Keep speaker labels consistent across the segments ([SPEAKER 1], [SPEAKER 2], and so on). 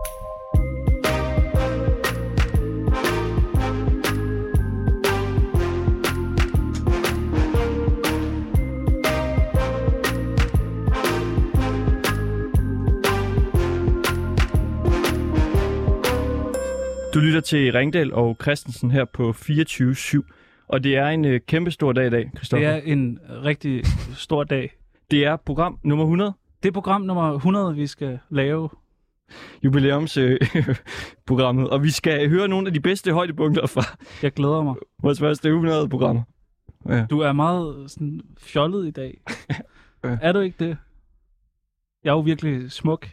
[SPEAKER 1] Du lytter til Ringdal og Christensen her på 24/7, og det er en kæmpe stor dag i dag, Christoffer.
[SPEAKER 2] Det er en rigtig stor dag.
[SPEAKER 1] Det er program nummer 100.
[SPEAKER 2] Det er program nummer 100, vi skal lave.
[SPEAKER 1] Jubilæumsprogrammet, og vi skal høre nogle af de bedste højdepunkter fra
[SPEAKER 2] Jeg glæder mig.
[SPEAKER 1] vores første 100 programmer. Ja.
[SPEAKER 2] Du er meget sådan fjollet i dag.
[SPEAKER 1] Ja.
[SPEAKER 2] Er du ikke det? Jeg er jo virkelig smuk.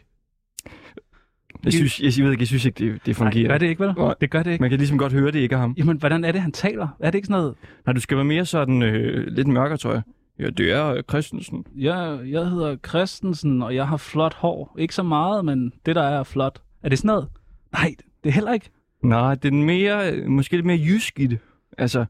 [SPEAKER 1] Jeg synes ikke, det fungerer.
[SPEAKER 2] Nej, gør det ikke, vel?
[SPEAKER 1] Nej.
[SPEAKER 2] Det gør det ikke.
[SPEAKER 1] Man kan ligesom godt høre, det ikke er ham.
[SPEAKER 2] Jamen, hvordan er det, han taler? Er det ikke sådan noget?
[SPEAKER 1] Nej, du skal være mere sådan lidt mørkere, tror jeg. Ja, det er Christensen.
[SPEAKER 2] Jeg hedder Christensen, og jeg har flot hår. Ikke så meget, men det, der er flot. Er det sådan noget? Nej, det er heller ikke.
[SPEAKER 1] Nej, det er måske lidt mere jysk i det. Altså,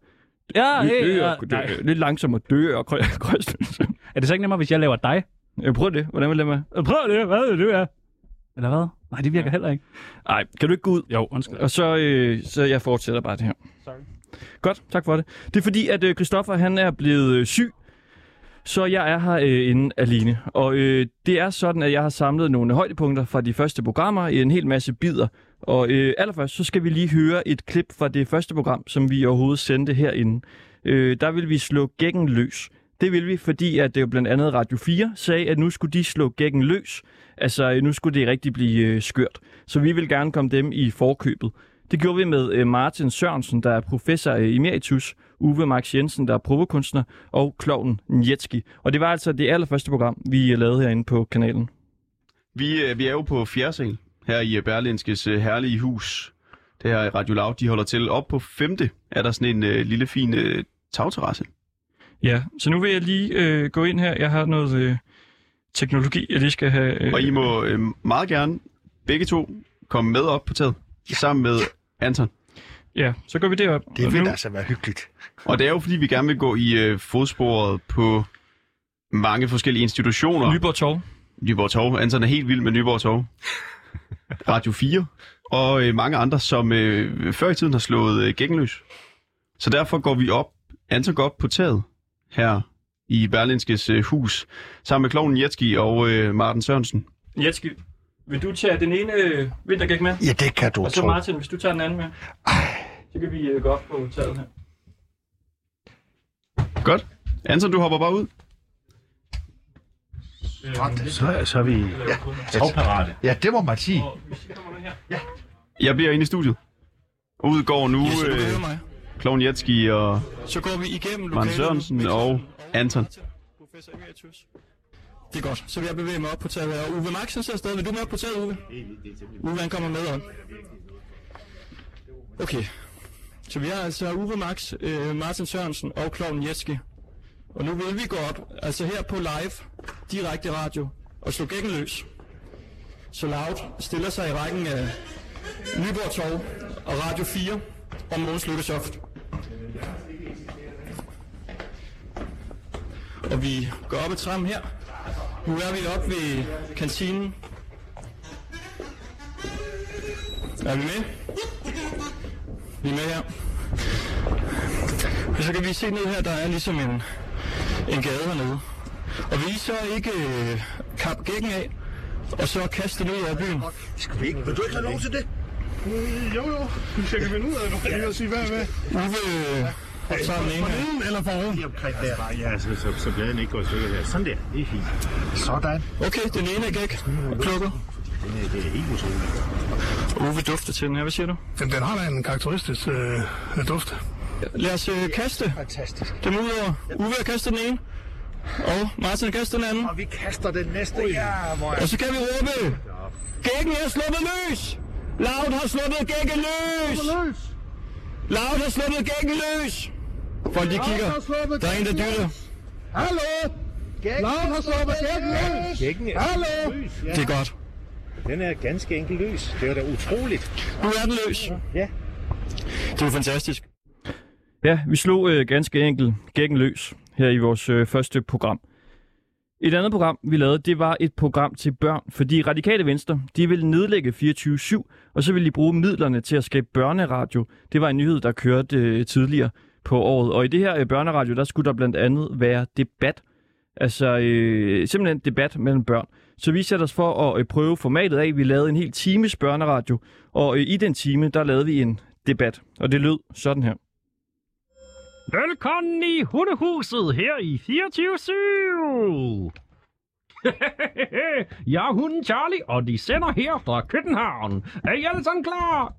[SPEAKER 1] lidt langsommere dør Christensen.
[SPEAKER 2] Er det så ikke nemmere, hvis jeg laver dig?
[SPEAKER 1] Jeg prøver det. Hvordan vil det være?
[SPEAKER 2] Prøv det. Hvad er det, Eller hvad? Nej, det virker heller ikke.
[SPEAKER 1] Nej, kan du ikke gå ud?
[SPEAKER 2] Jo, undskyld.
[SPEAKER 1] Og så jeg fortsætter bare det her.
[SPEAKER 2] Sorry.
[SPEAKER 1] Godt, tak for det. Det er fordi, at Christoffer han er blevet syg, så jeg er herinde alene. Og det er sådan, at jeg har samlet nogle højdepunkter fra de første programmer i en hel masse bidder. Og allerførst, så skal vi lige høre et klip fra det første program, som vi overhovedet sendte herinde. Der vil vi slå gækken løs. Det vil vi, fordi at det jo blandt andet Radio 4 sagde, at nu skulle de slå gækken løs. Altså, nu skulle det rigtig blive skørt. Så vi vil gerne komme dem i forkøbet. Det gjorde vi med Martin Sørensen, der er professor emeritus, Uwe Max Jensen, der er provokunstner, og klovnen Nietski. Og det var altså det allerførste program, vi lavede herinde på kanalen.
[SPEAKER 3] Vi er jo på fjerde sal her i Berlinskes herlige hus. Det her Radio Loud, de holder til. Op på 5. er der sådan en lille fin tagterrasse.
[SPEAKER 1] Ja, så nu vil jeg lige gå ind her. Jeg har noget teknologi, jeg lige skal have.
[SPEAKER 3] Og I må meget gerne begge to komme med op på taget, sammen med Anton.
[SPEAKER 1] Ja, så går vi derop.
[SPEAKER 4] Det vil altså være hyggeligt.
[SPEAKER 3] Og det er jo fordi, vi gerne vil gå i fodsporet på mange forskellige institutioner. Nyborg Torv. Anton er helt vild med Nyborg Torv. Radio 4 og mange andre, som før i tiden har slået gækken løs. Så derfor går vi op. Anton går op på taget her i Berlinskes hus, sammen med klovnen Nietski og Martin Sørensen.
[SPEAKER 1] Nietski, vil du tage den ene vintergæk med?
[SPEAKER 4] Ja, det kan du.
[SPEAKER 1] Og så Martin, hvis du tager den anden med. Så kan vi gå op på taget her.
[SPEAKER 3] Godt. Anton, du hopper bare ud.
[SPEAKER 4] Så er vi tagparate. Ja, det må man sige.
[SPEAKER 3] Jeg bliver inde i studiet. Ud går nu klovnen Nietski og
[SPEAKER 5] så går vi igennem
[SPEAKER 3] Martin Sørensen og Anton.
[SPEAKER 5] Professor emeritus. Det er godt. Så vil jeg bevæge mig op på taget. Og Uwe Max, han sidder stadig. Vil du med op på taget, Uwe? Uwe, han kommer med op. Okay. Så vi har altså Uwe Max, Martin Sørensen og klovnen Nietski. Og nu vil vi gå op, altså her på live, direkte radio, og slå gækken løs. Så Loud stiller sig i rækken af Nyborg Torv og Radio 4 og Mogens Lykketoft. Og vi går op ad trappen her. Nu er vi oppe ved kantinen. Er vi med? Vi er med her. Og så kan vi se ned her, der er ligesom en gade hernede. Og vi så ikke kappe gækken af, og så kaste den ud over byen.
[SPEAKER 4] Skal vi ikke? Vil du ikke have lov til det?
[SPEAKER 6] Jo. Jeg kan finde ud af det. Jeg vil sige, hvad er hvad?
[SPEAKER 5] Uwe, og så den ene
[SPEAKER 6] her. Eller foruden?
[SPEAKER 4] Lige omkring der. Ja, så bladen ikke går i stykker her. Sådan der. Det er fint. Sådan.
[SPEAKER 5] Okay, den ene er gæk. Klukket.
[SPEAKER 4] Det er helt utroligt.
[SPEAKER 5] Uwe dufter til den her. Hvad siger du?
[SPEAKER 6] Den har da en karakteristisk duft.
[SPEAKER 5] Lad os kaste.
[SPEAKER 4] Fantastisk.
[SPEAKER 5] Dem ud over. Uwe har kastet den ene. Og Martin kaster den anden.
[SPEAKER 4] Og vi kaster den næste. Ja,
[SPEAKER 5] og så kan vi råbe. Gækken er sluppet løs. Loud har sluppet gækken løs. Loud har sluppet gækken løs. Folk de kigger. Der er en, der dytter.
[SPEAKER 6] Hallo. Loud har sluppet gækken løs.
[SPEAKER 4] Gækken er
[SPEAKER 6] Hallo.
[SPEAKER 4] løs.
[SPEAKER 5] Ja. Det er godt.
[SPEAKER 4] Den er ganske enkelt løs. Det er da utroligt.
[SPEAKER 5] Nu er den løs.
[SPEAKER 4] Ja.
[SPEAKER 5] Det er fantastisk.
[SPEAKER 1] Ja, vi slog ganske enkelt gækken løs her i vores første program. Et andet program, vi lavede, det var et program til børn, fordi Radikale Venstre, de ville nedlægge 24/7, og så ville de bruge midlerne til at skabe børneradio. Det var en nyhed, der kørte tidligere på året. Og i det her børneradio, der skulle der blandt andet være debat. Altså simpelthen debat mellem børn. Så vi satte os for at prøve formatet af. Vi lavede en hel times børneradio, og i den time, der lavede vi en debat. Og det lød sådan her.
[SPEAKER 7] Velkommen i hundehuset her i 24/7. Jeg er hunden Charlie, og de sender her fra København. Er I alle sammen klar?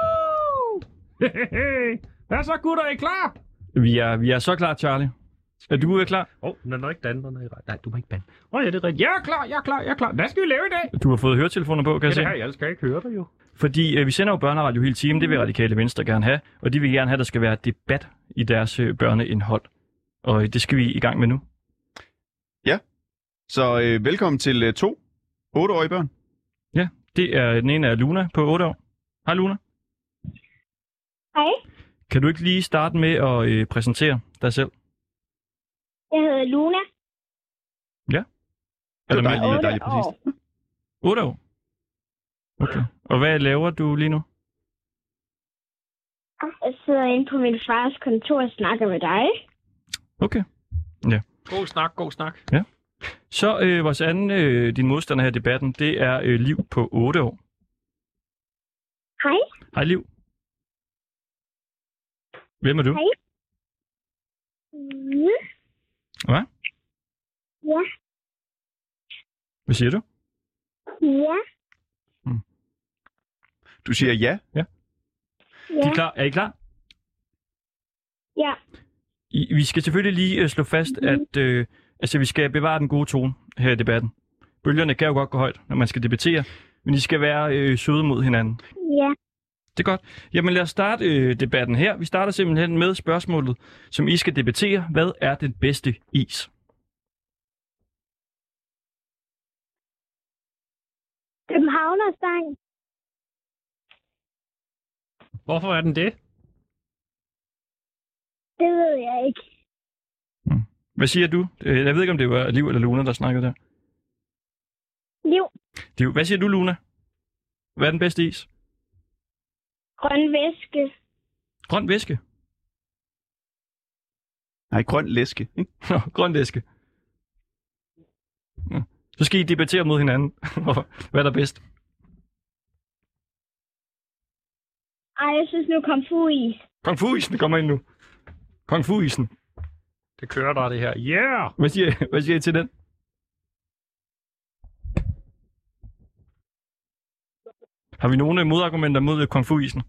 [SPEAKER 7] Hvad så, gutter? Er I klar?
[SPEAKER 1] Vi er så klar, Charlie. Er du klar?
[SPEAKER 7] Den er ikke dannet. Nej, du må ikke bande. Ja, det er rigtigt. Jeg er klar. Hvad skal vi lave i dag?
[SPEAKER 1] Du har fået høretelefoner på, kan jeg se?
[SPEAKER 7] Det her, jeg skal ikke høre dig jo.
[SPEAKER 1] Fordi vi sender jo børneradio hele timen, det vil Radikale Venstre gerne have, og de vil gerne have, at der skal være debat i deres børneindhold. Og det skal vi i gang med nu.
[SPEAKER 3] Ja, så velkommen til 2 8-årige børn.
[SPEAKER 1] Ja, det er den ene er Luna på 8 år. Hej Luna.
[SPEAKER 8] Hej.
[SPEAKER 1] Kan du ikke lige starte med at præsentere dig selv?
[SPEAKER 8] Jeg hedder Luna.
[SPEAKER 1] Ja.
[SPEAKER 3] Det er dejligt præcist.
[SPEAKER 1] 8 år? Okay. Og hvad laver du lige nu?
[SPEAKER 8] Jeg sidder inde på min fars kontor og snakker med dig.
[SPEAKER 1] Okay. Ja.
[SPEAKER 7] God snak.
[SPEAKER 1] Ja. Så vores anden, din modstander her i debatten, det er Liv på 8 år.
[SPEAKER 8] Hej.
[SPEAKER 1] Hej Liv. Hvem er du?
[SPEAKER 8] Hej.
[SPEAKER 1] Hvad?
[SPEAKER 8] Ja.
[SPEAKER 1] Hvad siger du?
[SPEAKER 8] Ja.
[SPEAKER 3] Du siger ja?
[SPEAKER 1] Ja. Er I klar?
[SPEAKER 8] Ja.
[SPEAKER 1] Vi skal selvfølgelig lige slå fast, at vi skal bevare den gode tone her i debatten. Bølgerne kan jo godt gå højt, når man skal debattere, men I skal være søde mod hinanden.
[SPEAKER 8] Ja.
[SPEAKER 1] Det er godt. Jamen lad os starte debatten her. Vi starter simpelthen med spørgsmålet, som I skal debattere. Hvad er den bedste is?
[SPEAKER 8] Københavnerstang.
[SPEAKER 7] Hvorfor er den det?
[SPEAKER 8] Det ved jeg ikke.
[SPEAKER 1] Hvad siger du? Jeg ved ikke, om det var Liv eller Luna, der snakkede der.
[SPEAKER 8] Liv.
[SPEAKER 1] Hvad siger du, Luna? Hvad er den bedste is?
[SPEAKER 8] Grøn væske.
[SPEAKER 1] Grøn væske?
[SPEAKER 3] Nej, grøn læske. Ikke?
[SPEAKER 1] Grøn læske. Ja. Så skal I debattere mod hinanden. Hvad er der bedst?
[SPEAKER 8] Jeg synes nu Kung Fu-is.
[SPEAKER 1] Kung Fu-isen kommer ind nu. Kung Fu-isen.
[SPEAKER 7] Det kører der, det her. Yeah!
[SPEAKER 1] Hvad siger I til den? Har vi nogle modargumenter mod Kung Fu-isen?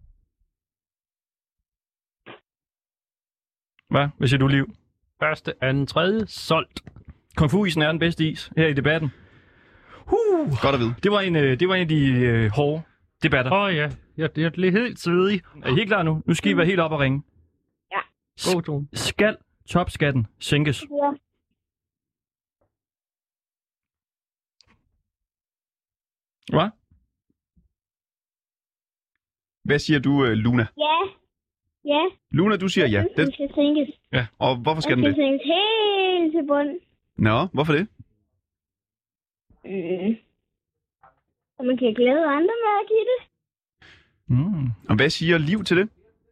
[SPEAKER 1] Hvad siger du, Liv?
[SPEAKER 7] Første, anden, tredje, solgt.
[SPEAKER 1] Kung Fu-isen er den bedste is her i debatten.
[SPEAKER 3] Godt at vide.
[SPEAKER 1] Det var en af de hårde debatter.
[SPEAKER 7] Ja. Jeg er helt svedig.
[SPEAKER 1] Er I helt klar nu? Nu skal I være helt op og ringe.
[SPEAKER 8] Ja.
[SPEAKER 7] God tone.
[SPEAKER 1] Skal topskatten sænkes?
[SPEAKER 8] Ja.
[SPEAKER 1] Hvad?
[SPEAKER 3] Hvad siger du, Luna?
[SPEAKER 8] Ja.
[SPEAKER 3] Luna, du siger ja.
[SPEAKER 8] Den skal sænkes.
[SPEAKER 1] Ja.
[SPEAKER 3] Og hvorfor skal den
[SPEAKER 8] det?
[SPEAKER 3] det?
[SPEAKER 8] Den skal sænkes helt til bunden.
[SPEAKER 3] Nå, hvorfor det?
[SPEAKER 8] Og man kan glæde andre med at give det.
[SPEAKER 3] Og hvad siger Liv til det?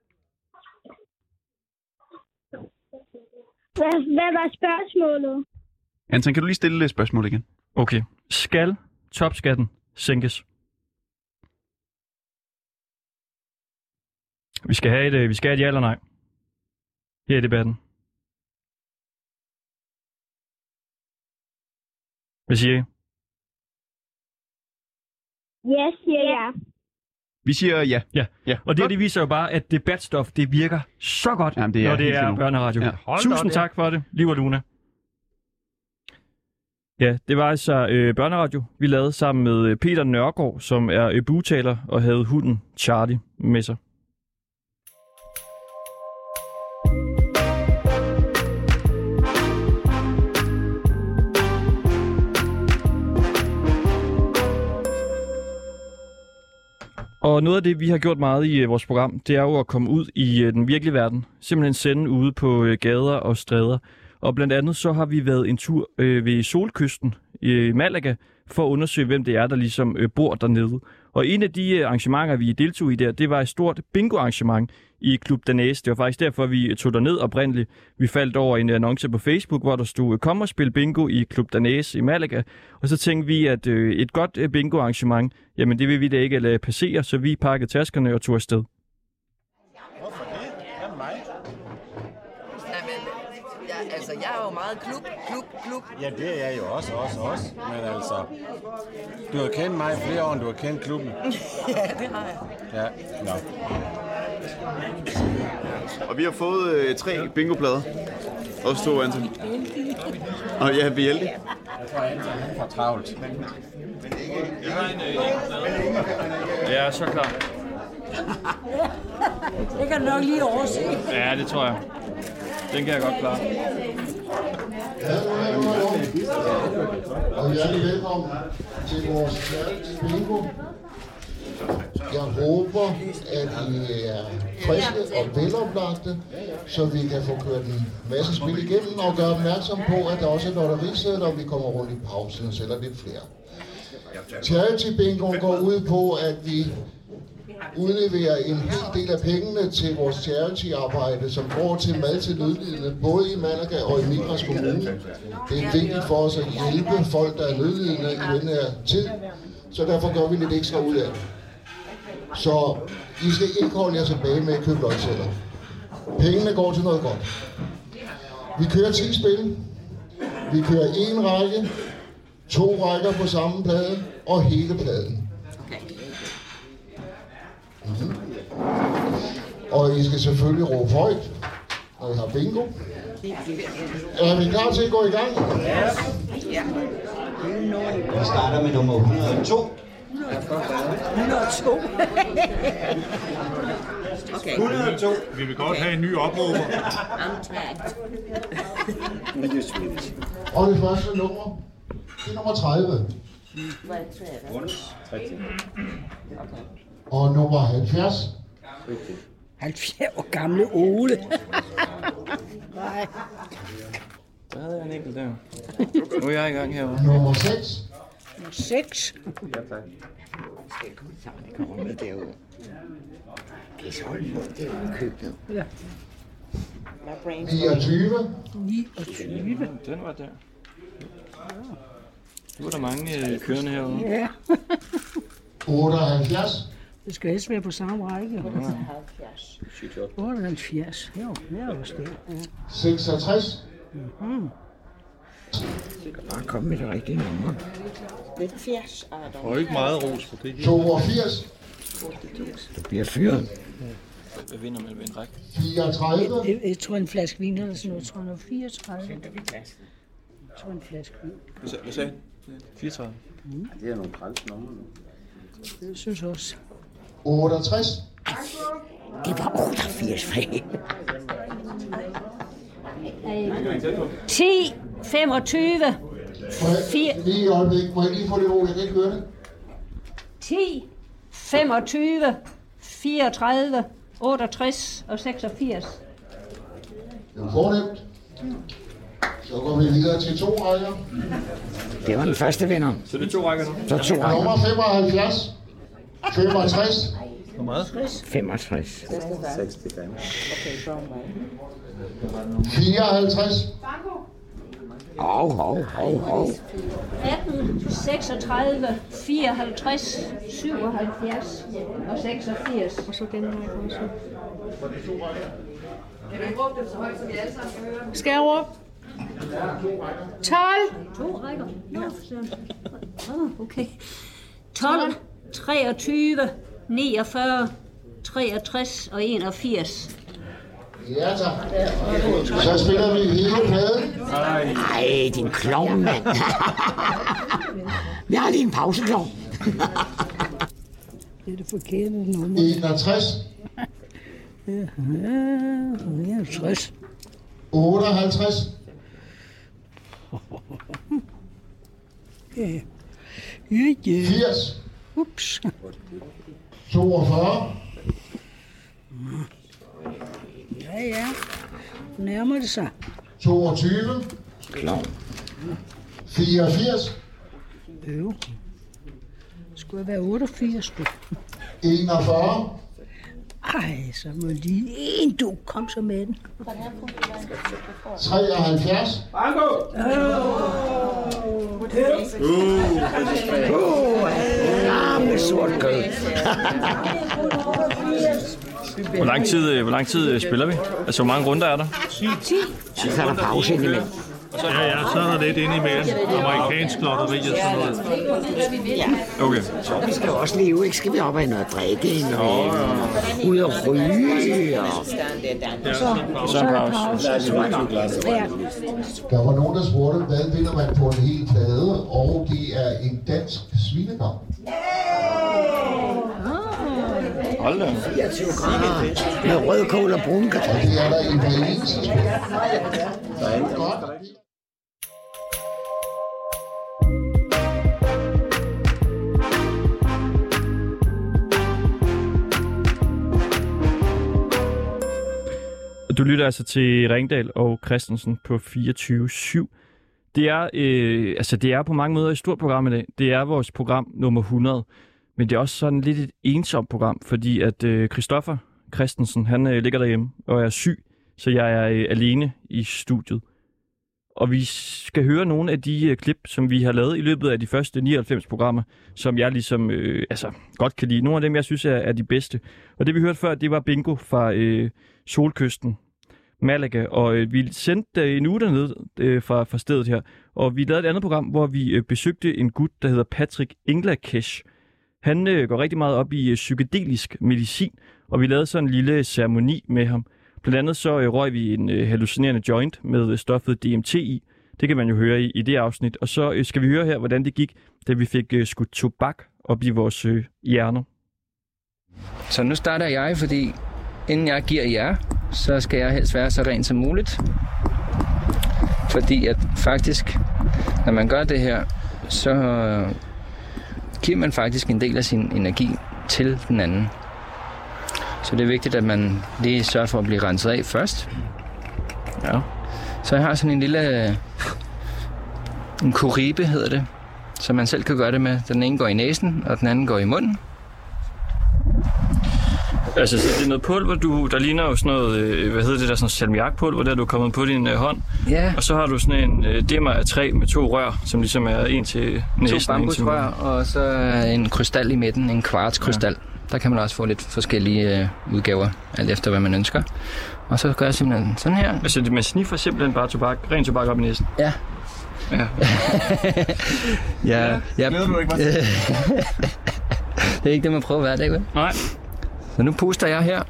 [SPEAKER 8] Hvad var spørgsmålet?
[SPEAKER 3] Anton, kan du lige stille spørgsmålet igen?
[SPEAKER 1] Okay. Skal topskatten sænkes? Vi skal have et ja eller nej. Her i debatten. Hvad siger I?
[SPEAKER 8] Ja, siger jeg.
[SPEAKER 3] Vi siger ja.
[SPEAKER 1] Ja. Og det viser jo bare, at debatstof, det virker så godt,
[SPEAKER 3] når
[SPEAKER 1] det er børneradio. Ja. Tusind tak for det, Liv og Luna. Ja, det var altså børneradio, vi lavede sammen med Peter Nørgaard, som er bugtaler og havde hunden Charlie med sig. Og noget af det, vi har gjort meget i vores program, det er jo at komme ud i den virkelige verden. Simpelthen sende ude på gader og stræder. Og blandt andet så har vi været en tur ved Solkysten i Malaga for at undersøge, hvem det er, der ligesom bor dernede. Og en af de arrangementer, vi deltog i der, det var et stort bingo-arrangement i Club Danæs. Det var faktisk derfor, vi tog derned oprindeligt. Vi faldt over en annonce på Facebook, hvor der stod, kom og spil bingo i Club Danæs i Malaga. Og så tænkte vi, at et godt bingo-arrangement, jamen det vil vi da ikke lade passere, så vi pakkede taskerne og tog afsted.
[SPEAKER 9] Hvorfor det? Hvad med mig? Jamen, altså, jeg er jo meget klub.
[SPEAKER 10] Ja, det er jeg jo også. Men altså, du har kendt mig flere år, end du har kendt klubben.
[SPEAKER 9] Ja, det har jeg.
[SPEAKER 10] Ja, nå.
[SPEAKER 3] Og vi har fået 3 bingoplader. Også 2, Anton. Og ja, vi er heldige.
[SPEAKER 10] Jeg tror, Anton er for travlt.
[SPEAKER 1] Jeg er så klar.
[SPEAKER 11] Det kan du nok lige overse.
[SPEAKER 1] Ja, det tror jeg. Den kan jeg godt klare.
[SPEAKER 12] Og hjertelig velkommen til vores bingo. Jeg håber, at I er friske og veloplagte, så vi kan få kørt en masse spil igennem og gøre opmærksom på, at der også er lotterisæder, og vi kommer rundt i pausen og sælger lidt flere. Charity Bingo går ud på, at vi udleverer en hel del af pengene til vores charity-arbejde, som går til mad til nødlidende, både i Malaga og i Migras Kommune. Det er vigtigt for os at hjælpe folk, der er nødlidende i den her tid, så derfor gør vi lidt ekstra ud af det. Så I skal ikke holde jer tilbage med at købe lodsedler. Pengene går til noget godt. Vi kører 10 spil. Vi kører 1 række, 2 rækker på samme plade og hele pladen. Mm-hmm. Og I skal selvfølgelig råbe højt, når I har bingo. Er vi klar til at gå i gang?
[SPEAKER 11] Ja.
[SPEAKER 13] Vi starter med nummer 102.
[SPEAKER 11] 102.
[SPEAKER 6] Okay. 102. Vi vil godt have en ny opråber.
[SPEAKER 12] Og det første nummer, det er nummer 30. Og nummer 70.
[SPEAKER 11] 70 år gamle Ole. Nej.
[SPEAKER 1] Så havde jeg en enkelt der. Nu er jeg i gang herovre.
[SPEAKER 12] Nummer 6.
[SPEAKER 11] Nummer 6.
[SPEAKER 13] Ja, tak. Det kommer med derude. Det er holdt derude i køkkenet.
[SPEAKER 11] Ja.
[SPEAKER 12] 29.
[SPEAKER 11] 29.
[SPEAKER 1] Den var der. Nu er der mange kørende herovre.
[SPEAKER 11] Ja.
[SPEAKER 12] 78.
[SPEAKER 11] Det skal helst være på samme række. 78. Jo, det er også det. Ja.
[SPEAKER 12] 66.
[SPEAKER 11] Mm-hmm.
[SPEAKER 13] Det kan bare komme med det rigtige nummer.
[SPEAKER 11] 80.
[SPEAKER 6] Og ikke meget ros på det her.
[SPEAKER 12] 82.
[SPEAKER 13] Du bliver fyret.
[SPEAKER 1] Hvad vinder man ved en række?
[SPEAKER 12] 34.
[SPEAKER 11] Jeg tror en flaske vin eller sådan noget. Jeg tror, det er 34. Jeg tror en flaske vin.
[SPEAKER 1] Hvad sagde du? 34.
[SPEAKER 10] Mm. Det er nogle træls nummer nu.
[SPEAKER 11] Det synes jeg også.
[SPEAKER 12] 68.
[SPEAKER 11] Det var 88 fag. 10, 25, 4...
[SPEAKER 12] Lige i øjeblik, må jeg lige få det ord, jeg kan ikke høre det.
[SPEAKER 11] 10, 25, 34, 68 og 86.
[SPEAKER 12] Det var fornemt. Så går vi videre til 2 rækker.
[SPEAKER 13] Det var den første vinder.
[SPEAKER 1] Så det er 2 rækker nu?
[SPEAKER 13] Så 2 rækker.
[SPEAKER 12] Nummer 75. 65.
[SPEAKER 1] Hvor meget?
[SPEAKER 13] 65.
[SPEAKER 12] 54.
[SPEAKER 11] 18, 36, 54, 77 og 86. Og så den række også. Skal jeg råbe? 12. 2 rækker. Nå, okay. 12, 23, 49, 63 og 81.
[SPEAKER 12] Ja, tak. Så spiller vi hele pladen.
[SPEAKER 13] Ej, din klovn, mand. Vi har lige en pauseklovn.
[SPEAKER 11] Det er det forkerte nummer.
[SPEAKER 12] 61.
[SPEAKER 11] Ja, 60.
[SPEAKER 12] 58.
[SPEAKER 11] Ja.
[SPEAKER 12] 80.
[SPEAKER 11] Ups.
[SPEAKER 12] 42.
[SPEAKER 11] Ja. Nærmer det sig.
[SPEAKER 12] 22.
[SPEAKER 13] Klovn.
[SPEAKER 12] 84.
[SPEAKER 11] Skulle jeg være 88, du?
[SPEAKER 12] 41.
[SPEAKER 11] Ej, så må lige en, du. Kom så med den.
[SPEAKER 12] 73.
[SPEAKER 13] Med sort kød.
[SPEAKER 1] Hvor lang tid spiller vi? Altså, hvor mange runder er der?
[SPEAKER 13] 10. Så er der pause indimellem.
[SPEAKER 6] Ja, så er der lidt indimellem. Amerikansk lotteri og sådan noget.
[SPEAKER 1] Okay.
[SPEAKER 13] Så vi skal jo også leve, ikke? Skal vi op af noget drikke ud og ryge og...
[SPEAKER 1] Så en pause.
[SPEAKER 12] Der var nogen, der spurgte, hvad vinder man på en hel plade, og det er en dansk svinegam.
[SPEAKER 1] Hold da.
[SPEAKER 13] 24 grader med rødkål og brunkartofler.
[SPEAKER 12] Og det er der i hver eneste spil.
[SPEAKER 1] Du lytter altså til Ringdal og Christensen på 24/7. Det er på mange måder et stort program i dag. Det er vores program nummer 100. Men det er også sådan lidt et ensomt program, fordi at Christoffer Christensen, han ligger derhjemme og er syg, så jeg er alene i studiet. Og vi skal høre nogle af de klip, som vi har lavet i løbet af de første 99 programmer, som jeg ligesom godt kan lide. Nogle af dem, jeg synes er de bedste. Og det vi hørte før, det var Bingo fra Solkysten, Malaga, og vi sendte en uge dernede fra stedet her. Og vi lavede et andet program, hvor vi besøgte en gut, der hedder Patrick Inglakesh. Han går rigtig meget op i psykedelisk medicin, og vi lavede sådan en lille ceremoni med ham. Blandt andet så røg vi en hallucinerende joint med stoffet DMT i. Det kan man jo høre i det afsnit. Og så skal vi høre her, hvordan det gik, da vi fik skudt tobak op i vores hjerner.
[SPEAKER 14] Så nu starter jeg, fordi inden jeg giver jer, så skal jeg helst være så ren som muligt. Fordi at faktisk, når man gør det her, så giver man faktisk en del af sin energi til den anden. Så det er vigtigt, at man lige sørger for at blive renset af først. Ja. Så jeg har sådan en lille en kuribe, hedder det, så man selv kan gøre det med. Den ene går i næsen, og den anden går i munden.
[SPEAKER 1] Altså, så det er noget pulver, der ligner jo sådan noget, hvad hedder det der, sådan salmiakpulver, der du er kommet på din hånd.
[SPEAKER 14] Ja.
[SPEAKER 1] Og så har du sådan en dimmer af træ med 2 rør, som ligesom er en til næsen.
[SPEAKER 14] 2 bambusrør, og så en krystal i midten, en kvartskrystal. Ja. Der kan man også få lidt forskellige udgaver, alt efter hvad man ønsker. Og så gør jeg simpelthen sådan her.
[SPEAKER 1] Altså, man sniffer simpelthen bare ren tobak op i næsen?
[SPEAKER 14] Ja. Ja.
[SPEAKER 1] Glæder du ikke mig?
[SPEAKER 14] Det er ikke det, man prøver hver dag, vel?
[SPEAKER 1] Nej.
[SPEAKER 14] Så nu puster jeg her.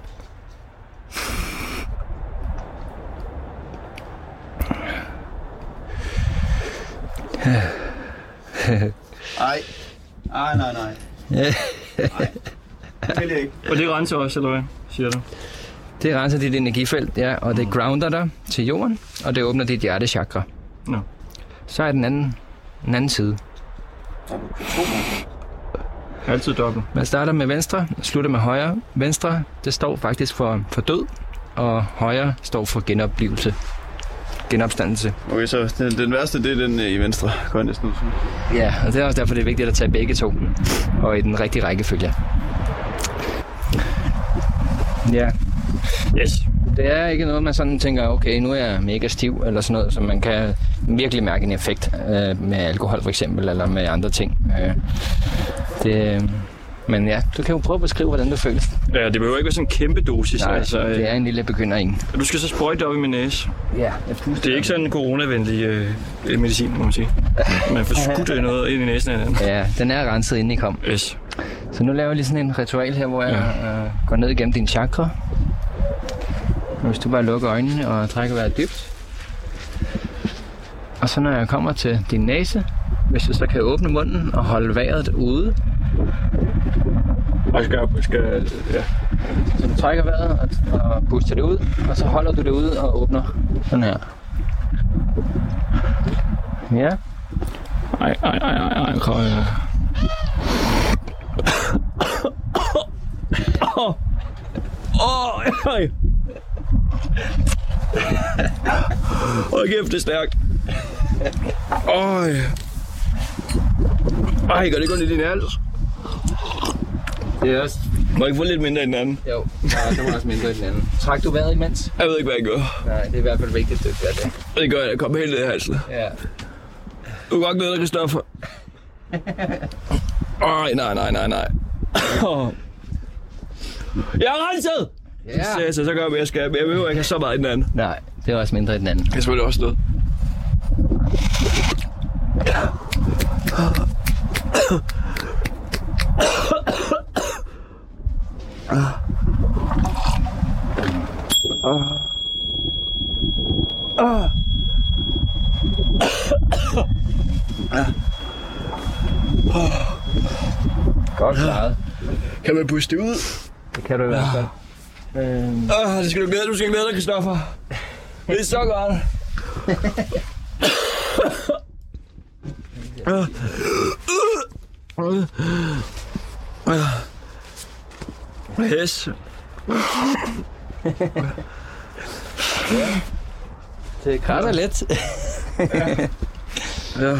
[SPEAKER 3] Nej. Det vil jeg ikke.
[SPEAKER 1] Og det renser også, eller hvad, siger du?
[SPEAKER 14] Det renser dit energifelt, ja, og det grounder dig til jorden, og det åbner dit hjertechakra.
[SPEAKER 1] Nå.
[SPEAKER 14] Så er den anden side.
[SPEAKER 1] Altid dobbelt.
[SPEAKER 14] Man starter med venstre, slutter med højre. Venstre, det står faktisk for død, og højre står for genoplivelse. Genopstandelse.
[SPEAKER 3] Okay, så den værste, det er den i venstre, går jeg næsten ud.
[SPEAKER 14] Ja, og det er også derfor, det er vigtigt at tage begge to, og i den rigtige rækkefølge. Ja.
[SPEAKER 1] Yes.
[SPEAKER 14] Det er ikke noget, man sådan tænker, okay, nu er jeg mega stiv, eller sådan noget, så man kan virkelig mærke en effekt med alkohol for eksempel, eller med andre ting. Men ja, du kan jo prøve at beskrive, hvordan du føles.
[SPEAKER 1] Ja, det behøver ikke være sådan en kæmpe dosis.
[SPEAKER 14] Nej, altså, det er en lille begynder-en.
[SPEAKER 1] Du skal så sprøjte op i min næse.
[SPEAKER 14] Ja.
[SPEAKER 1] Det er ikke sådan en coronavenlig medicin, må man sige. Man får skudt noget ind i næsen af den.
[SPEAKER 14] Ja, den er renset inde i kom.
[SPEAKER 1] Yes.
[SPEAKER 14] Så nu laver jeg lige sådan en ritual her, hvor jeg går ned igennem din chakra. Hvis du bare lukker øjnene og trækker vejret dybt. Og så når jeg kommer til din næse, hvis du så kan åbne munden og holde vejret ude.
[SPEAKER 1] Og skal ja.
[SPEAKER 14] Så du trækker vejret og puster det ud, og så holder du det ude og åbner sådan her. Ja.
[SPEAKER 1] Ej. Hold kæft, det er stærkt. Ej, gør det kun i din hals?
[SPEAKER 14] Det er også...
[SPEAKER 1] Må jeg ikke få lidt mindre i den anden?
[SPEAKER 14] Jo, der var også mindre i den anden. Træk du vejret imens?
[SPEAKER 1] Jeg ved ikke, hvad jeg gør.
[SPEAKER 14] Nej, det er i hvert fald vigtigt, at du gør det.
[SPEAKER 1] Det gør jeg, kommer helt ned i halsen.
[SPEAKER 14] Ja.
[SPEAKER 1] Du kan godt glæde dig, Christoffer. Nej. Jeg er renset!
[SPEAKER 14] Ja.
[SPEAKER 1] Så gør jeg, hvad jeg skal. Men jeg behøver ikke have så meget i den anden.
[SPEAKER 14] Nej, det er også mindre i den anden.
[SPEAKER 1] Det er selvfølgelig også noget.
[SPEAKER 14] Godt klaret.
[SPEAKER 1] Kan man puste det ud?
[SPEAKER 14] Det kan du i hvert fald.
[SPEAKER 1] Det skal du glæde dig, Christoffer. Det er så godt. Hæs.
[SPEAKER 14] Det kræver lidt.
[SPEAKER 1] Ja.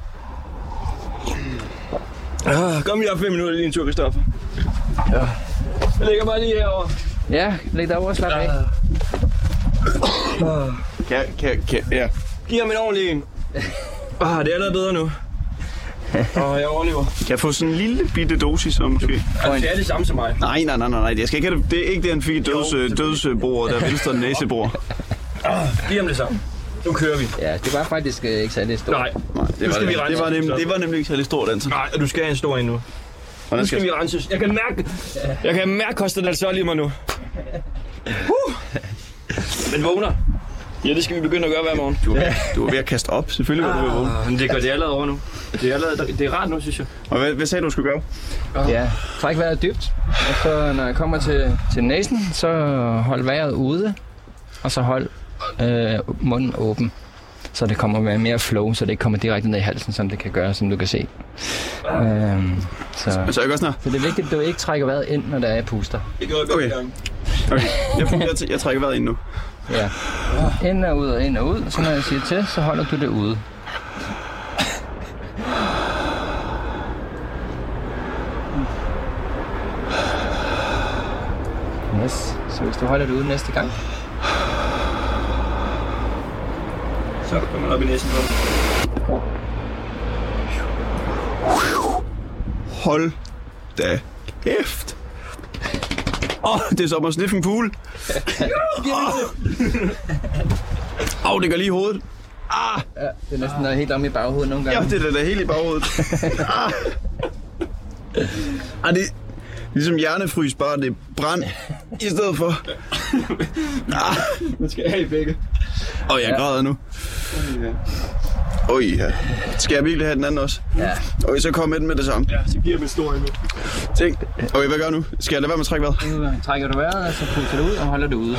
[SPEAKER 1] Kom lige op 5 minutter lige en tur, Christoffer. Ja. Jeg ligger bare lige herovre.
[SPEAKER 14] Ja, læg dig over og slap af.
[SPEAKER 3] Ja.
[SPEAKER 1] Giv ham en ordentlig en. Det er allerede bedre nu. Jeg overlever.
[SPEAKER 3] Kan jeg få sådan en lille bitte dosis, så måske?
[SPEAKER 1] Altså, det er det samme som mig.
[SPEAKER 3] Nej. Jeg skal ikke have det. Det er ikke det, han fik i dødsbordet, der venstre næsebord.
[SPEAKER 1] Giv ham det samme. Nu kører vi.
[SPEAKER 14] Ja, det var faktisk ikke særlig stort.
[SPEAKER 1] Nej,
[SPEAKER 3] det var nemlig ikke særlig stort, Anton.
[SPEAKER 1] Nej, du skal have en stor en nu. Nu skal vi renses. Jeg kan mærke Costa del Sol i mig nu. Men vågner. Ja, det skal vi begynde at gøre hver morgen.
[SPEAKER 3] Du er ved at kaste op, selvfølgelig var du ved at vågne.
[SPEAKER 1] Men det gør det allerede over nu. Det er rart nu, synes jeg.
[SPEAKER 3] Og hvad sagde du skulle gøre?
[SPEAKER 14] Ja, træk vejret dybt. Og så når jeg kommer til næsen, så hold vejret ude. Og så hold munden åben. Så det kommer med mere flow, så det ikke kommer direkte ned i halsen, som det kan gøre, som du kan se.
[SPEAKER 3] Så jeg gør snart.
[SPEAKER 14] Så det er vigtigt, at du ikke trækker vejret ind, når der er puster.
[SPEAKER 3] Okay. Jeg trækker vejret ind nu.
[SPEAKER 14] Ja. Ind og ud. Så når jeg siger til, så holder du det ude. Yes. Så hvis du holder det ude næste gang.
[SPEAKER 1] Så kommer man op i næsen på.
[SPEAKER 3] Hold da kæft. Det er som at sniffe en pool. Det gør lige i hovedet.
[SPEAKER 14] Ja, det er næsten helt om i baghovedet nogle gange.
[SPEAKER 3] Ja, det er da helt i baghovedet. Det er ligesom hjernefrys, bare det er brand i stedet for.
[SPEAKER 1] Man skal have i begge.
[SPEAKER 3] Jeg græder nu. Ja. Skal jeg virkelig have den anden også?
[SPEAKER 14] Ja.
[SPEAKER 3] Så kom med den med det samme.
[SPEAKER 1] Ja, så giver jeg mig stor endnu.
[SPEAKER 3] Tænk. Hvad gør jeg nu? Skal jeg lade være med at trække vejret?
[SPEAKER 14] Nu trækker du vejret, og så puster det ud og holder det ude.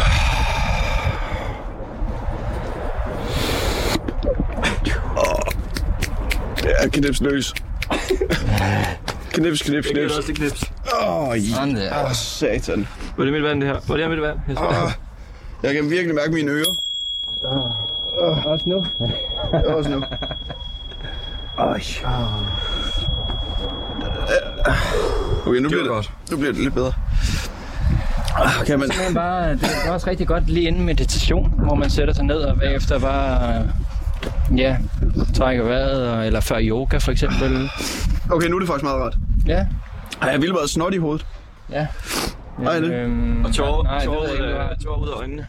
[SPEAKER 3] Ja, knips løs. Knips.
[SPEAKER 1] Jeg giver også det knips.
[SPEAKER 3] Satan.
[SPEAKER 1] Var det mit vand, det her? Var det her mit vand?
[SPEAKER 3] Jeg kan virkelig mærke mine ører.
[SPEAKER 14] Også nu?
[SPEAKER 3] Også nu. Okay, nu bliver det lidt bedre.
[SPEAKER 14] Okay, men... Det er også rigtig godt lige inden meditation, hvor man sætter sig ned og bagefter bare trækker vejret, eller før yoga for eksempel.
[SPEAKER 3] Okay, nu er det faktisk meget rart.
[SPEAKER 14] Ja.
[SPEAKER 3] Jeg ville bare snot i hovedet.
[SPEAKER 14] Ja.
[SPEAKER 3] Nej, det.
[SPEAKER 1] Og tårer ud af øjnene.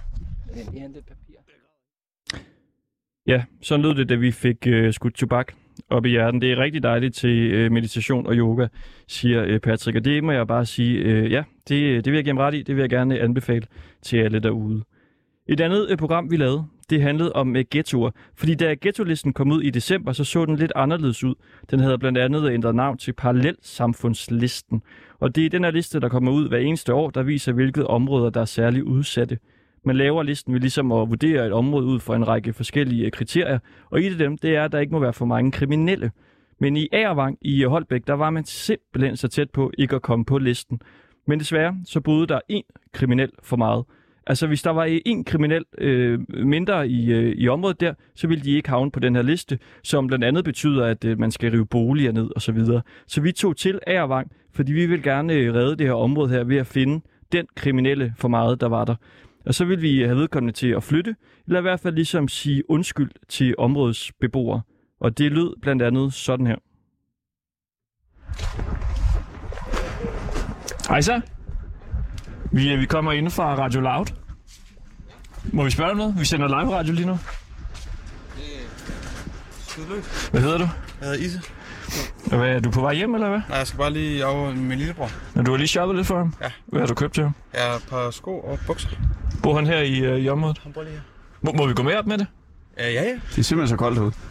[SPEAKER 1] Ja, sådan lød det, da vi fik skudt tobak op i hjerten. Det er rigtig dejligt til meditation og yoga, siger Patrick. Og det må jeg bare sige, det vil jeg give ham ret i. Det vil jeg gerne anbefale til alle derude. Et andet program, vi lavede, det handlede om ghettoer. Fordi da ghettolisten kom ud i december, så den lidt anderledes ud. Den havde blandt andet ændret navn til Parallelsamfundslisten. Og det er den her liste, der kommer ud hver eneste år, der viser, hvilke områder, der er særligt udsatte. Man laver listen ved ligesom at vurdere et område ud fra en række forskellige kriterier. Og et af dem, det er, at der ikke må være for mange kriminelle. Men i Agervang i Holbæk, der var man simpelthen så tæt på ikke at komme på listen. Men desværre, så boede der 1 kriminel for meget. Altså, hvis der var en kriminel mindre i området der, så ville de ikke havne på den her liste, som blandt andet betyder, at man skal rive boliger ned og så videre. Så vi tog til Agervang, fordi vi vil gerne redde det her område her ved at finde den kriminelle for meget, der var der. Og så vil vi have vedkommende til at flytte, eller i hvert fald ligesom sige undskyld til områdets beboere. Og det lød blandt andet sådan her. Hej så. Vi kommer ind fra Radio Loud. Må vi spørge om noget? Vi sender live radio lige nu. Hvad hedder du?
[SPEAKER 15] Jeg hedder Ise.
[SPEAKER 1] Og hvad, er du på vej hjem, eller hvad?
[SPEAKER 15] Nej, jeg skal bare lige over min lillebror.
[SPEAKER 1] Men du har lige shoppet lidt for ham?
[SPEAKER 15] Ja.
[SPEAKER 1] Hvad har du købt til ham?
[SPEAKER 15] Jeg har et par sko og bukser.
[SPEAKER 1] Bor han her i området?
[SPEAKER 15] Han bor lige her.
[SPEAKER 1] Må vi gå med op med det?
[SPEAKER 15] Ja.
[SPEAKER 3] Det er simpelthen så koldt herude.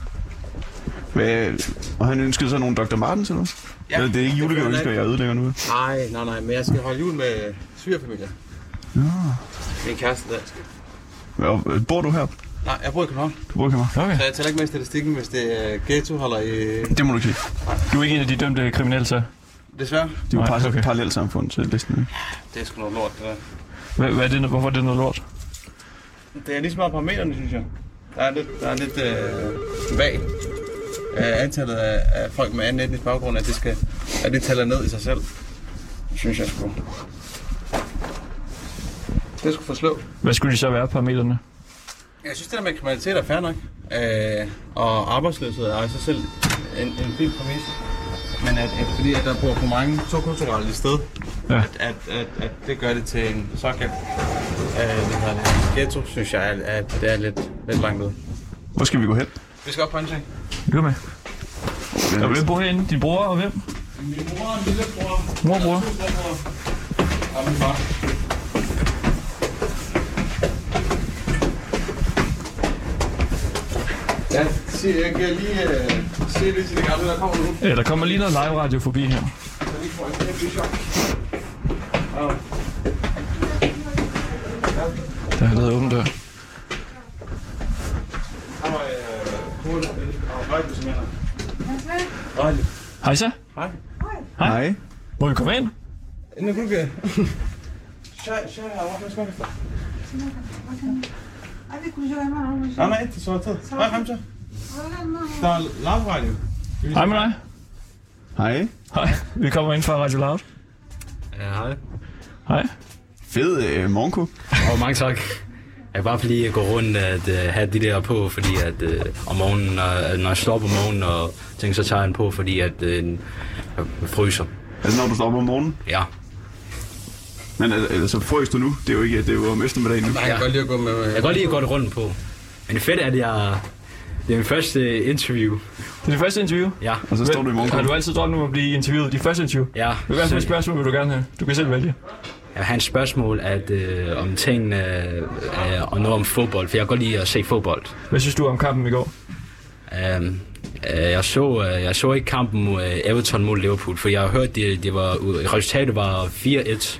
[SPEAKER 3] Og han ønskede så nogle Dr. Martens eller noget? Ja. Det er ikke julegaveønsker, jeg ødelægger nu.
[SPEAKER 15] Nej, men jeg skal holde jul med svigerfamilie.
[SPEAKER 3] Ja.
[SPEAKER 15] Min kæreste der.
[SPEAKER 3] Bor du her?
[SPEAKER 15] Nej, jeg bor i København.
[SPEAKER 3] Du bor i København?
[SPEAKER 1] Okay.
[SPEAKER 15] Så jeg tæller ikke med i statistikken, hvis det er ghetto holder i...
[SPEAKER 3] Det må du ikke sige.
[SPEAKER 1] Du er ikke en af de dømte kriminelle, så?
[SPEAKER 15] Desværre.
[SPEAKER 3] Det er jo et parallelt samfund til listen, ikke?
[SPEAKER 15] Det er sgu noget lort, det der.
[SPEAKER 1] Hvad er det, hvorfor er det noget lort?
[SPEAKER 15] Det er lige så meget parametrene, synes jeg. Der er lidt vag. Antallet af folk med anden etnisk baggrund, at det tæller ned i sig selv, synes jeg sgu. Det skulle forslå.
[SPEAKER 1] Hvad skulle de så være, parametrene?
[SPEAKER 15] Jeg synes, det der med kriminalitet er fair nok. Og arbejdsløshed er i sig selv en fin præmis. Men fordi at der bor for mange så kulturelle i sted, ja. at det gør det til en såkaldt ghetto, synes jeg, at det er lidt langt ud.
[SPEAKER 3] Hvor skal vi gå hen?
[SPEAKER 15] Vi skal op på en ting.
[SPEAKER 1] Vi går med. Og hvem bor herinde? Din bror og hvem?
[SPEAKER 15] Min mor og min lillebror.
[SPEAKER 1] Mor og bror?
[SPEAKER 15] Og min far. Ja, jeg kan lige se det til det gamle, der kommer nu.
[SPEAKER 1] Ja, der kommer lige noget live radio forbi her.
[SPEAKER 15] Så lige får en kæmpe chok.
[SPEAKER 1] Der er noget åben dør.
[SPEAKER 15] Her var Kåle og Rejbe, som mener. Rejbe.
[SPEAKER 1] Hej så.
[SPEAKER 15] Hej.
[SPEAKER 3] Hej.
[SPEAKER 1] Må vi komme ind?
[SPEAKER 15] Inden du kan. Tjej, hvad skal du? Nej, det er så tid. Hej, kom så. Der er live radio.
[SPEAKER 1] Hej med dig.
[SPEAKER 3] Hej.
[SPEAKER 1] Hej. Vi kommer ind fra Radio Loud.
[SPEAKER 16] Ja, hej.
[SPEAKER 1] Hej.
[SPEAKER 3] Fed morgenkåb.
[SPEAKER 16] Mange tak. Jeg kan bare lige gå rundt at have de der på, fordi at om morgenen, når jeg står op om morgenen og tænker, så tager jeg den på, fordi at jeg fryser.
[SPEAKER 3] Altså når du står op om morgenen?
[SPEAKER 16] Ja.
[SPEAKER 3] Men altså frøs du nu? Det er jo ikke, det er jo om eftermiddagen nu.
[SPEAKER 15] Nej, jeg kan godt lide at gå med...
[SPEAKER 16] Jeg kan godt lide at gå rundt på. Men det fede er, at det er min første interview.
[SPEAKER 1] Det er dit første interview?
[SPEAKER 16] Ja.
[SPEAKER 3] Og så står du i morgen.
[SPEAKER 1] Har du altid drømt om at blive interviewet? Dit første interview?
[SPEAKER 16] Ja.
[SPEAKER 1] Hvad for et spørgsmål vil du gerne have? Du kan selv vælge.
[SPEAKER 16] Jeg har et spørgsmål om tingene og noget om fodbold, for jeg kan godt lide at se fodbold.
[SPEAKER 1] Hvad synes du om kampen i går?
[SPEAKER 16] Jeg så ikke kampen mod Everton mod Liverpool, for jeg har hørt, resultatet var 4-1.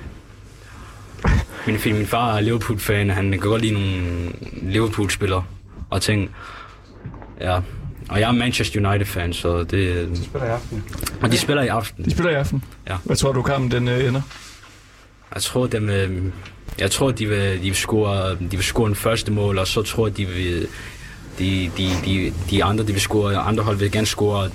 [SPEAKER 16] Min far er Liverpool-fan, han kan godt lide nogle Liverpool-spillere og ting. Ja. Og jeg er Manchester United-fan, så det...
[SPEAKER 15] De spiller i aften.
[SPEAKER 16] Og de spiller i aften.
[SPEAKER 1] De spiller i aften?
[SPEAKER 16] Ja.
[SPEAKER 1] Hvad tror du, kampen den ender?
[SPEAKER 16] Jeg tror, de vil score en første mål, og så tror jeg, de andre, de vil score, andre hold vil gerne score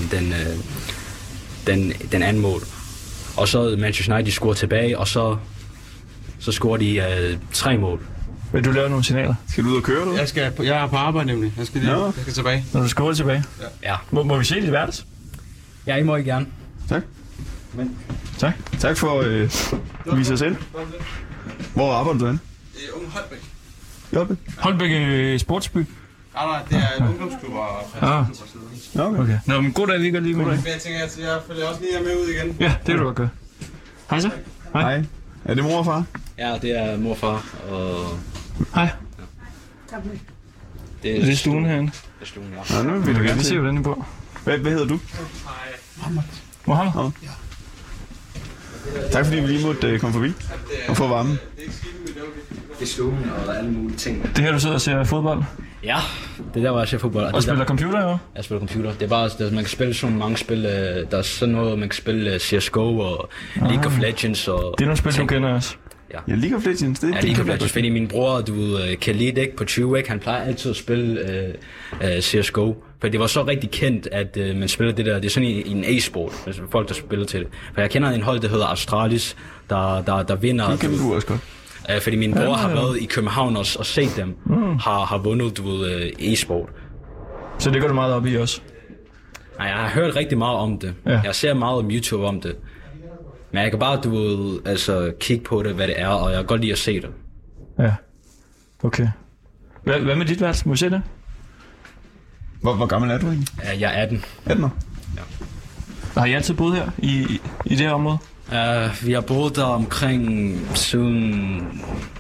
[SPEAKER 16] den anden mål. Og så Manchester United, de scorer tilbage, og så scorer de 3 mål.
[SPEAKER 1] Vil du lave nogle signaler?
[SPEAKER 3] Skal du ud og køre, du?
[SPEAKER 15] Jeg er på arbejde nemlig. Jeg skal tilbage.
[SPEAKER 1] Når du skal tilbage?
[SPEAKER 16] Ja.
[SPEAKER 1] Må vi se dit værelse?
[SPEAKER 16] Ja, I må ikke gerne.
[SPEAKER 3] Tak.
[SPEAKER 15] Men.
[SPEAKER 3] Tak. Tak for at vise os ind. Hvor arbejder du henne?
[SPEAKER 15] Det er Unge Holbæk.
[SPEAKER 3] Holbæk?
[SPEAKER 1] Holbæk Sportsby?
[SPEAKER 15] Nej, det er en ungdomsklub og
[SPEAKER 1] okay. Nå, men god dag, vi går lige med.
[SPEAKER 15] Men jeg tænker, at jeg følger også lige med ud igen.
[SPEAKER 1] Ja, det kan du godt gøre. Hej så.
[SPEAKER 3] Hej. Er det mor og far?
[SPEAKER 16] Ja, det er mor og far. Og...
[SPEAKER 1] Hej.
[SPEAKER 16] Ja.
[SPEAKER 1] Det er stuen herinde.
[SPEAKER 16] Det er stuen, ja.
[SPEAKER 3] Ja, nu vil du gerne
[SPEAKER 1] se, hvordan det bor.
[SPEAKER 3] Hvad hedder du?
[SPEAKER 1] Mohammed.
[SPEAKER 3] Ja. Tak fordi vi lige måtte komme forbi og få varmen.
[SPEAKER 16] Det er stuen og alle mulige ting.
[SPEAKER 1] Det her, du sidder og ser fodbold?
[SPEAKER 16] Ja, det der, hvor jeg ser fodbold.
[SPEAKER 1] Og spiller computer, jo?
[SPEAKER 16] Jeg spiller computer. Det er bare, man kan spille sådan mange spil. Der er sådan noget, man kan spille CSGO og League of Legends. Og
[SPEAKER 1] det er nogle spil, du kender også?
[SPEAKER 3] Ja, League of Legends, det
[SPEAKER 16] ja, League of Legends, fordi min bror, kan lide ikke på 20, ikke? Han plejer altid at spille CSGO. For det var så rigtig kendt, at man spiller det der, det er sådan i en e-sport, altså folk, der spiller til det. For jeg kender en hold, der hedder Astralis, der vinder.
[SPEAKER 3] Det kender du også godt.
[SPEAKER 16] Fordi min bror har været i København og set dem, har vundet, e-sport.
[SPEAKER 1] Så det går du meget op i også?
[SPEAKER 16] Nej, jeg har hørt rigtig meget om det. Ja. Jeg ser meget om YouTube om det. Men jeg kan bare, kigge på det, hvad det er, og jeg kan godt lide at se det.
[SPEAKER 1] Ja, okay. Hvad med dit værelse? Må vi se det?
[SPEAKER 3] Hvor gammel er du egentlig?
[SPEAKER 16] Ja, jeg er 18.
[SPEAKER 3] 18 år?
[SPEAKER 16] Ja.
[SPEAKER 1] Har I altid boet her i det her område?
[SPEAKER 16] Vi har boet der omkring siden...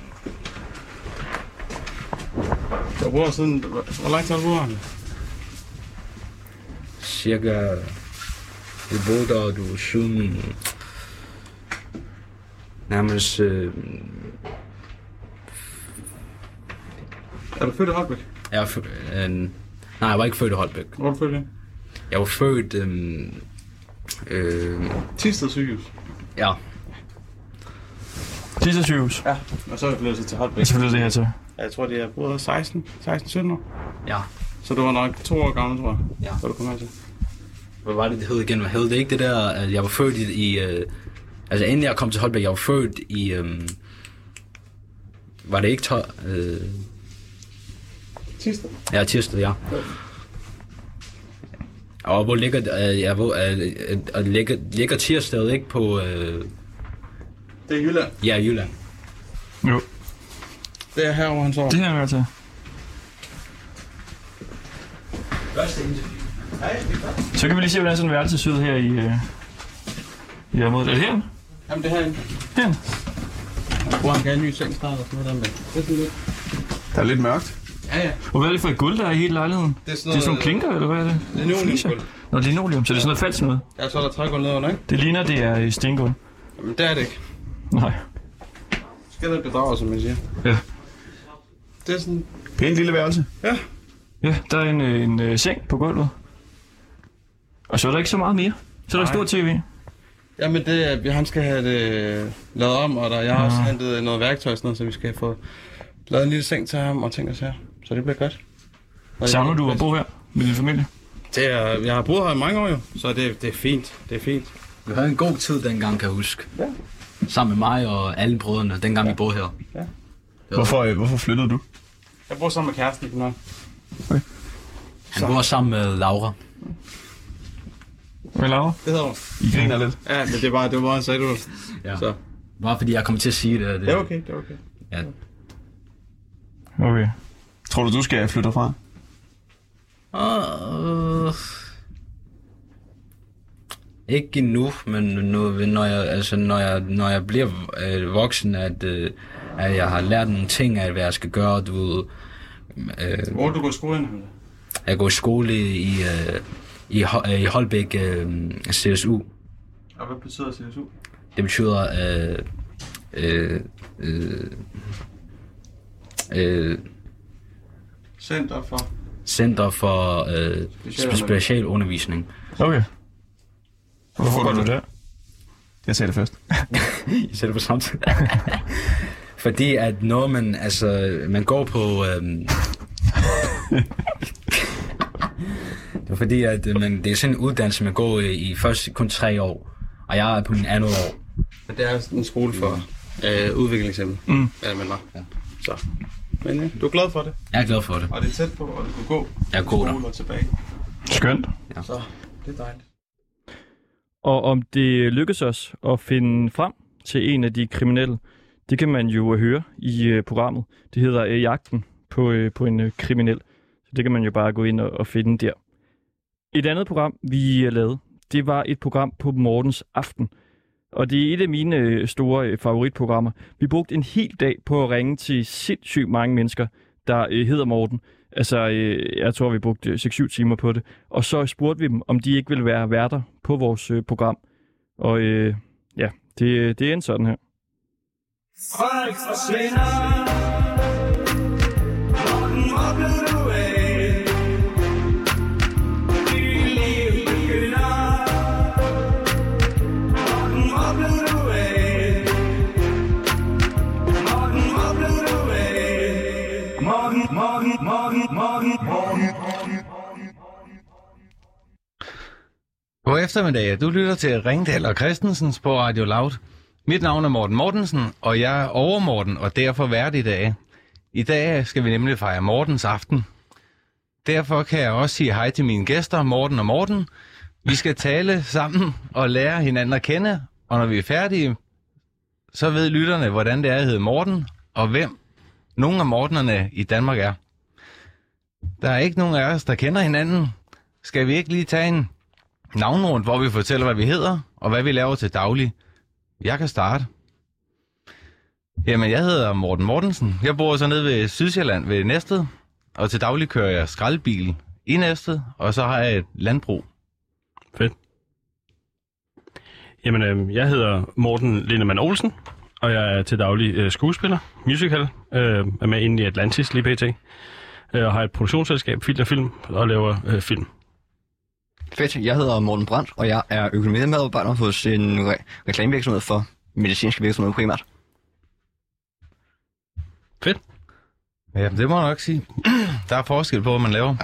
[SPEAKER 15] Jeg bor siden... Hvor lang tid har du boet her?
[SPEAKER 16] Cirka... Vi boede der siden... Nærmest...
[SPEAKER 15] Er du født i Holbæk?
[SPEAKER 16] Nej, jeg var ikke født i Holbæk.
[SPEAKER 15] Hvor var du født i?
[SPEAKER 16] Jeg var født...
[SPEAKER 15] Thisted sygehus?
[SPEAKER 16] Ja.
[SPEAKER 1] Thisted sygehus?
[SPEAKER 15] Ja, og så er jeg flyttet til Holbæk.
[SPEAKER 1] Så flyttede det her til?
[SPEAKER 15] Jeg tror, det er både 16-17 år.
[SPEAKER 16] Ja.
[SPEAKER 15] Så du var nok 2 år gammel, tror jeg,
[SPEAKER 16] ja.
[SPEAKER 15] Da du kom her til.
[SPEAKER 16] Hvad var det hed igen? Hvad hed det ikke det der, at jeg var født i inden jeg kom til Holbæk, jeg var født i... var det ikke
[SPEAKER 15] Thisted?
[SPEAKER 16] Ja, Thisted, ja. Og hvor ligger Thisted ikke på...
[SPEAKER 15] Det er Jylland.
[SPEAKER 16] Ja, Jylland.
[SPEAKER 1] Jo.
[SPEAKER 15] Det er her, hvor han sover.
[SPEAKER 1] Det her er til. Så kan vi lige se, hvordan sådan en værelse ser ud her i området. Er det herinde?
[SPEAKER 15] Jamen, det er herinde.
[SPEAKER 1] Herinde?
[SPEAKER 15] Hvor han kan have en ny sengstart og sådan noget der med. Det er sådan lidt.
[SPEAKER 3] Der er lidt mørkt.
[SPEAKER 15] Ja.
[SPEAKER 1] Og hvad er det for et guld, der er i hele lejligheden?
[SPEAKER 15] Det er sådan
[SPEAKER 1] nogle klinker, eller hvad er det?
[SPEAKER 15] Linoleumsgulv.
[SPEAKER 1] Nå, linoleum, så det er sådan noget falsk noget?
[SPEAKER 15] Ja, så er der trægulv nedenunder, ikke?
[SPEAKER 1] Det ligner, det er stengulv.
[SPEAKER 15] Jamen, det er det ikke.
[SPEAKER 1] Nej.
[SPEAKER 15] Skal der bedrage, som man siger.
[SPEAKER 1] Ja.
[SPEAKER 15] Det er sådan...
[SPEAKER 3] Pænt lille værelse.
[SPEAKER 15] Ja.
[SPEAKER 1] Ja, der er en seng på gulvet. Og så er der ikke så meget mere. Så er der stor tv.
[SPEAKER 15] Jamen, han skal have det lavet om, og jeg har også hentet noget værktøj, sådan noget, så vi skal få lavet en lille seng til ham og ting og sager. Så det bliver godt.
[SPEAKER 1] Savner du at bo her med din familie?
[SPEAKER 15] Jeg har boet her i mange år jo, så det er fint. Det er fint.
[SPEAKER 16] Vi havde en god tid dengang, kan jeg huske.
[SPEAKER 15] Ja.
[SPEAKER 16] Sammen med mig og alle brødrene, dengang vi boede her.
[SPEAKER 15] Ja.
[SPEAKER 3] Hvorfor flyttede du?
[SPEAKER 15] Jeg bor sammen med kæresten i København.
[SPEAKER 3] Okay.
[SPEAKER 16] Han bor sammen med Laura.
[SPEAKER 1] Hvad Laura?
[SPEAKER 15] Det hedder hun.
[SPEAKER 3] I griner lidt.
[SPEAKER 15] Ja, men det var bare en sagde du.
[SPEAKER 16] Ja.
[SPEAKER 15] Så.
[SPEAKER 16] Bare fordi jeg kom til at sige det.
[SPEAKER 15] Det er okay, det er okay.
[SPEAKER 16] Ja.
[SPEAKER 1] Okay.
[SPEAKER 3] Tror du skal flytte fra?
[SPEAKER 16] Ikke endnu, men når jeg bliver voksen, at jeg har lært nogle ting af, hvad jeg skal gøre, du ved.
[SPEAKER 15] Hvor du går i skole?
[SPEAKER 16] Jeg går i skole i Holbæk CSU.
[SPEAKER 15] Og hvad betyder CSU?
[SPEAKER 16] Det betyder Center for specialundervisning.
[SPEAKER 1] Okay. Hvorfor går du der?
[SPEAKER 3] Jeg sagde det først.
[SPEAKER 16] Jeg sagde det på samtidig. Fordi at når man går på... Det er fordi, at det er sådan en uddannelse, man går i først kun 3 år. Og jeg er på min andet år.
[SPEAKER 15] Det er en skole for udviklingshæmmede. Ja, men ja. Så. Men du er glad for det?
[SPEAKER 16] Jeg er glad for det.
[SPEAKER 15] Og det er tæt på, og du kan gå
[SPEAKER 16] skole
[SPEAKER 15] og tilbage.
[SPEAKER 1] Skønt.
[SPEAKER 15] Ja. Så det er dejligt.
[SPEAKER 1] Og om det lykkes os at finde frem til en af de kriminelle, det kan man jo høre i programmet. Det hedder Jagten på en kriminel. Så det kan man jo bare gå ind og finde der. Et andet program, vi lavede, det var et program på Mortens Aften. Og det er et af mine store favoritprogrammer. Vi brugte en hel dag på at ringe til sindssygt mange mennesker, der hedder Morten. Altså, jeg tror, vi brugte 6-7 timer på det. Og så spurgte vi dem, om de ikke ville være værter på vores program. Og ja, det er en sådan her.
[SPEAKER 17] Folk forsvinder. Hvor blev du af? Dit liv begynder. Hvor blev du af?
[SPEAKER 18] eftermiddag. Du lytter til Ringdal og Christensens på Radio Loud. Mit navn er Morten Mortensen, og jeg er overmorten og derfor vært i dag. I dag skal vi nemlig fejre Mortens aften. Derfor kan jeg også sige hej til mine gæster, Morten og Morten. Vi skal tale sammen og lære hinanden at kende, og når vi er færdige, så ved lytterne, hvordan det er at hedde Morten, og hvem nogle af Mortenerne i Danmark er. Der er ikke nogen af os, der kender hinanden. Skal vi ikke lige tage en navnrunde, hvor vi fortæller, hvad vi hedder, og hvad vi laver til daglig? Jeg kan starte. Jamen, jeg hedder Morten Mortensen. Jeg bor så nede ved Sydsjælland ved Næstved, og til daglig kører jeg skraldbil i Næstved, og så har jeg et landbrug.
[SPEAKER 19] Fedt. Jamen, jeg hedder Morten Lindemann Olsen, og jeg er til daglig skuespiller, musical, er med inde i Atlantis lige pt. Og har et produktionsselskab, Film, og laver film.
[SPEAKER 20] Fedt. Jeg hedder Morten Brandt, og jeg er økonomimedarbejder hos en reklamevirksomhed for medicinske virksomheder primært.
[SPEAKER 19] Fedt.
[SPEAKER 18] Ja, det må jeg nok sige. Der er forskel på, hvad man laver.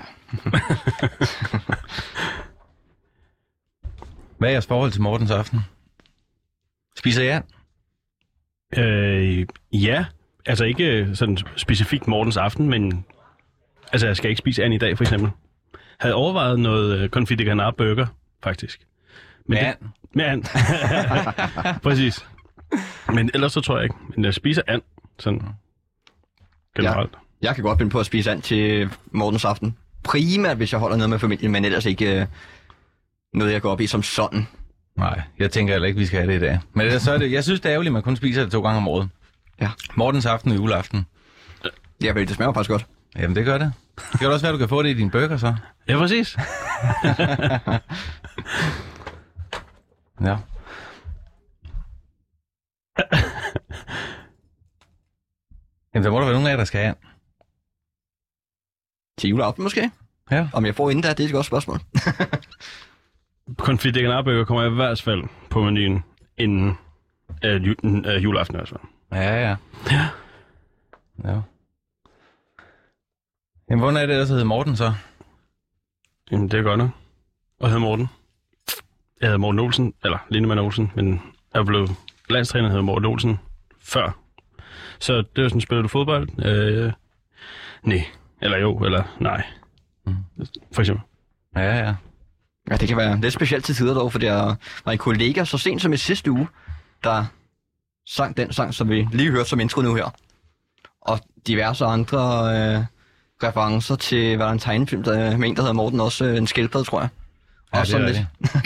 [SPEAKER 18] Hvad er jeres forhold til Mortens aften? Spiser I and?
[SPEAKER 19] Ja. Altså ikke sådan specifikt Mortens aften, men altså jeg skal ikke spise and i dag, for eksempel. Havde overvejet noget confit de canard burger, faktisk. Men
[SPEAKER 18] med and?
[SPEAKER 19] Med and. Præcis. Men ellers så tror jeg ikke. Men jeg spiser and, sådan generelt.
[SPEAKER 20] Jeg kan godt finde på at spise and til Mortens aften. Primært, hvis jeg holder noget med familien, men ellers ikke noget, jeg går op i som sådan.
[SPEAKER 18] Nej, jeg tænker heller ikke, vi skal have det i dag. Men ellers så er det, jeg synes, det er ærgerligt, at man kun spiser det 2 gange om året.
[SPEAKER 20] Ja.
[SPEAKER 18] Mortens aften og juleaften.
[SPEAKER 20] Ja, det smager faktisk godt.
[SPEAKER 18] Jamen, det gør det. Det kan også være, du kan få det i din burger, så.
[SPEAKER 19] Ja, præcis.
[SPEAKER 18] Ja. Jamen, der må der være nogen af jer, der skal have.
[SPEAKER 20] Til juleaften måske?
[SPEAKER 18] Ja.
[SPEAKER 20] Om jeg får inden der, det er et godt spørgsmål.
[SPEAKER 19] Confit de canard burger kommer i hvert fald på menuen inden juleaften i hvert fald.
[SPEAKER 18] Ja. Jamen, hvordan er det ellers, der hedder Morten så?
[SPEAKER 19] Jamen, det er godt nok. Og hedder Morten. Jeg hedder Morten Olsen, eller Lindemann Olsen, men jeg blev landstræner, hedder Morten Olsen før. Så det var sådan, spiller du fodbold? Nej. Eller jo, eller nej. For eksempel.
[SPEAKER 18] Ja.
[SPEAKER 20] Ja, det kan være lidt specielt til tider dog, for der var en kollega så sent som i sidste uge, der sang den sang, som vi lige hørte som intro nu her. Og diverse andre referencer til, hvad der er en tegnefilm, der med en, der hedder Morten, også en skildpadde, tror jeg.
[SPEAKER 18] Ja,
[SPEAKER 20] og sådan lidt.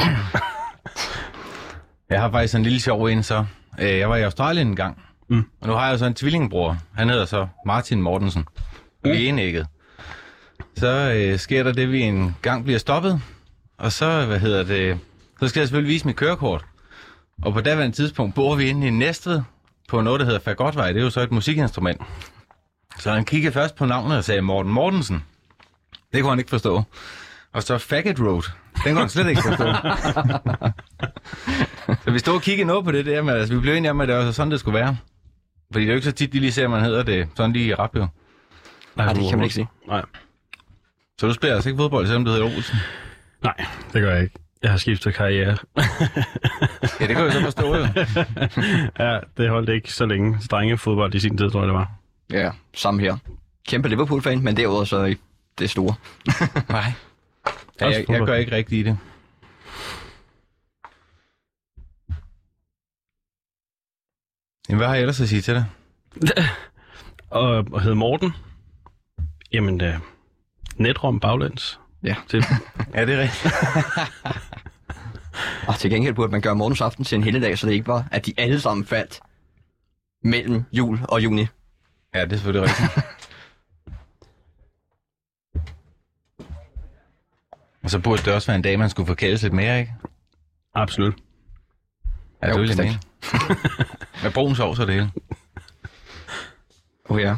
[SPEAKER 18] Jeg har faktisk en lille sjov en så. Jeg var i Australien en gang, og nu har jeg så en tvillingebror. Han hedder så Martin Mortensen. Vi er enægget. Så sker der det, vi en gang bliver stoppet, og så, så skal jeg selvfølgelig vise mit kørekort. Og på daværende tidspunkt bor vi inde i Næstved på noget, der hedder Fagotvej. Det er jo så et musikinstrument. Så han kiggede først på navnet og sagde Morten Mortensen. Det kunne han ikke forstå. Og så Faggot Road. Den kunne han slet ikke forstå. Så vi stod og kiggede noget på det der, men altså, vi blev enige om, at det var sådan, det skulle være. Fordi det er jo ikke så tit, de lige ser, at man hedder det sådan lige i rap, jo.
[SPEAKER 20] Nej, det kan man ikke sige.
[SPEAKER 19] Nej.
[SPEAKER 18] Så du spiller altså ikke fodbold, selvom du hedder Olsen?
[SPEAKER 19] Nej, det gør jeg ikke. Jeg har skiftet karriere.
[SPEAKER 18] Ja, det kan jeg så forstå, jo.
[SPEAKER 19] Ja, det holdt ikke så længe. Strenge fodbold i sin tid, tror jeg, det var.
[SPEAKER 20] Ja, samme her. Kæmpe Liverpool-fan, men derudover så ikke det store.
[SPEAKER 18] Nej. Ja, jeg gør ikke rigtigt i det. Jamen, hvad har jeg ellers at sige til dig?
[SPEAKER 19] Og hedder Morten. Jamen, netrom baglæns.
[SPEAKER 20] Ja.
[SPEAKER 18] Ja, det er rigtigt.
[SPEAKER 20] Og til gengæld burde man gøre Mortens aften til en helligdag, så det ikke var, at de alle sammen faldt mellem jul og juni.
[SPEAKER 18] Ja, det er selvfølgelig rigtigt. Og så burde det også være en dag, man skulle forkæles lidt mere, ikke?
[SPEAKER 19] Absolut.
[SPEAKER 18] Ja, det vil jeg mene. Med brun sovs og det hele.
[SPEAKER 20] Ja.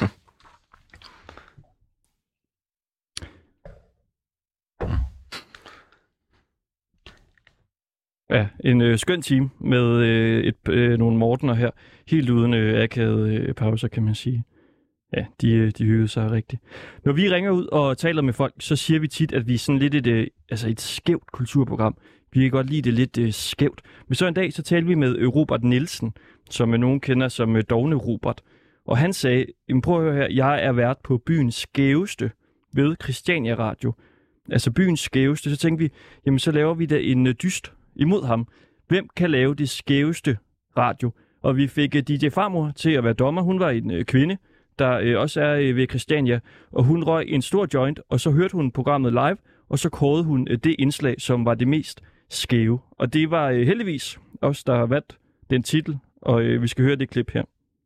[SPEAKER 1] Ja, en skøn time med nogle Mortener her. Helt uden akavede pauser, kan man sige. Ja, de hyggede sig rigtigt. Når vi ringer ud og taler med folk, så siger vi tit, at vi er sådan lidt et skævt kulturprogram. Vi kan godt lide det lidt skævt. Men så en dag, så talte vi med Robert Nielsen, som nogen kender som Dovne Robert. Og han sagde, prøv at høre her, jeg er vært på byens skæveste ved Christiania Radio. Altså byens skæveste. Så tænkte vi, jamen så laver vi da en dyst imod ham. Hvem kan lave det skæveste radio? Og vi fik DJ Farmor til at være dommer. Hun var en kvinde, der også er ved Christiania. Og hun røg en stor joint, og så hørte hun programmet live, og så kårede hun det indslag, som var det mest skæve. Og det var heldigvis os, der har valgt den titel, og vi skal høre det klip her.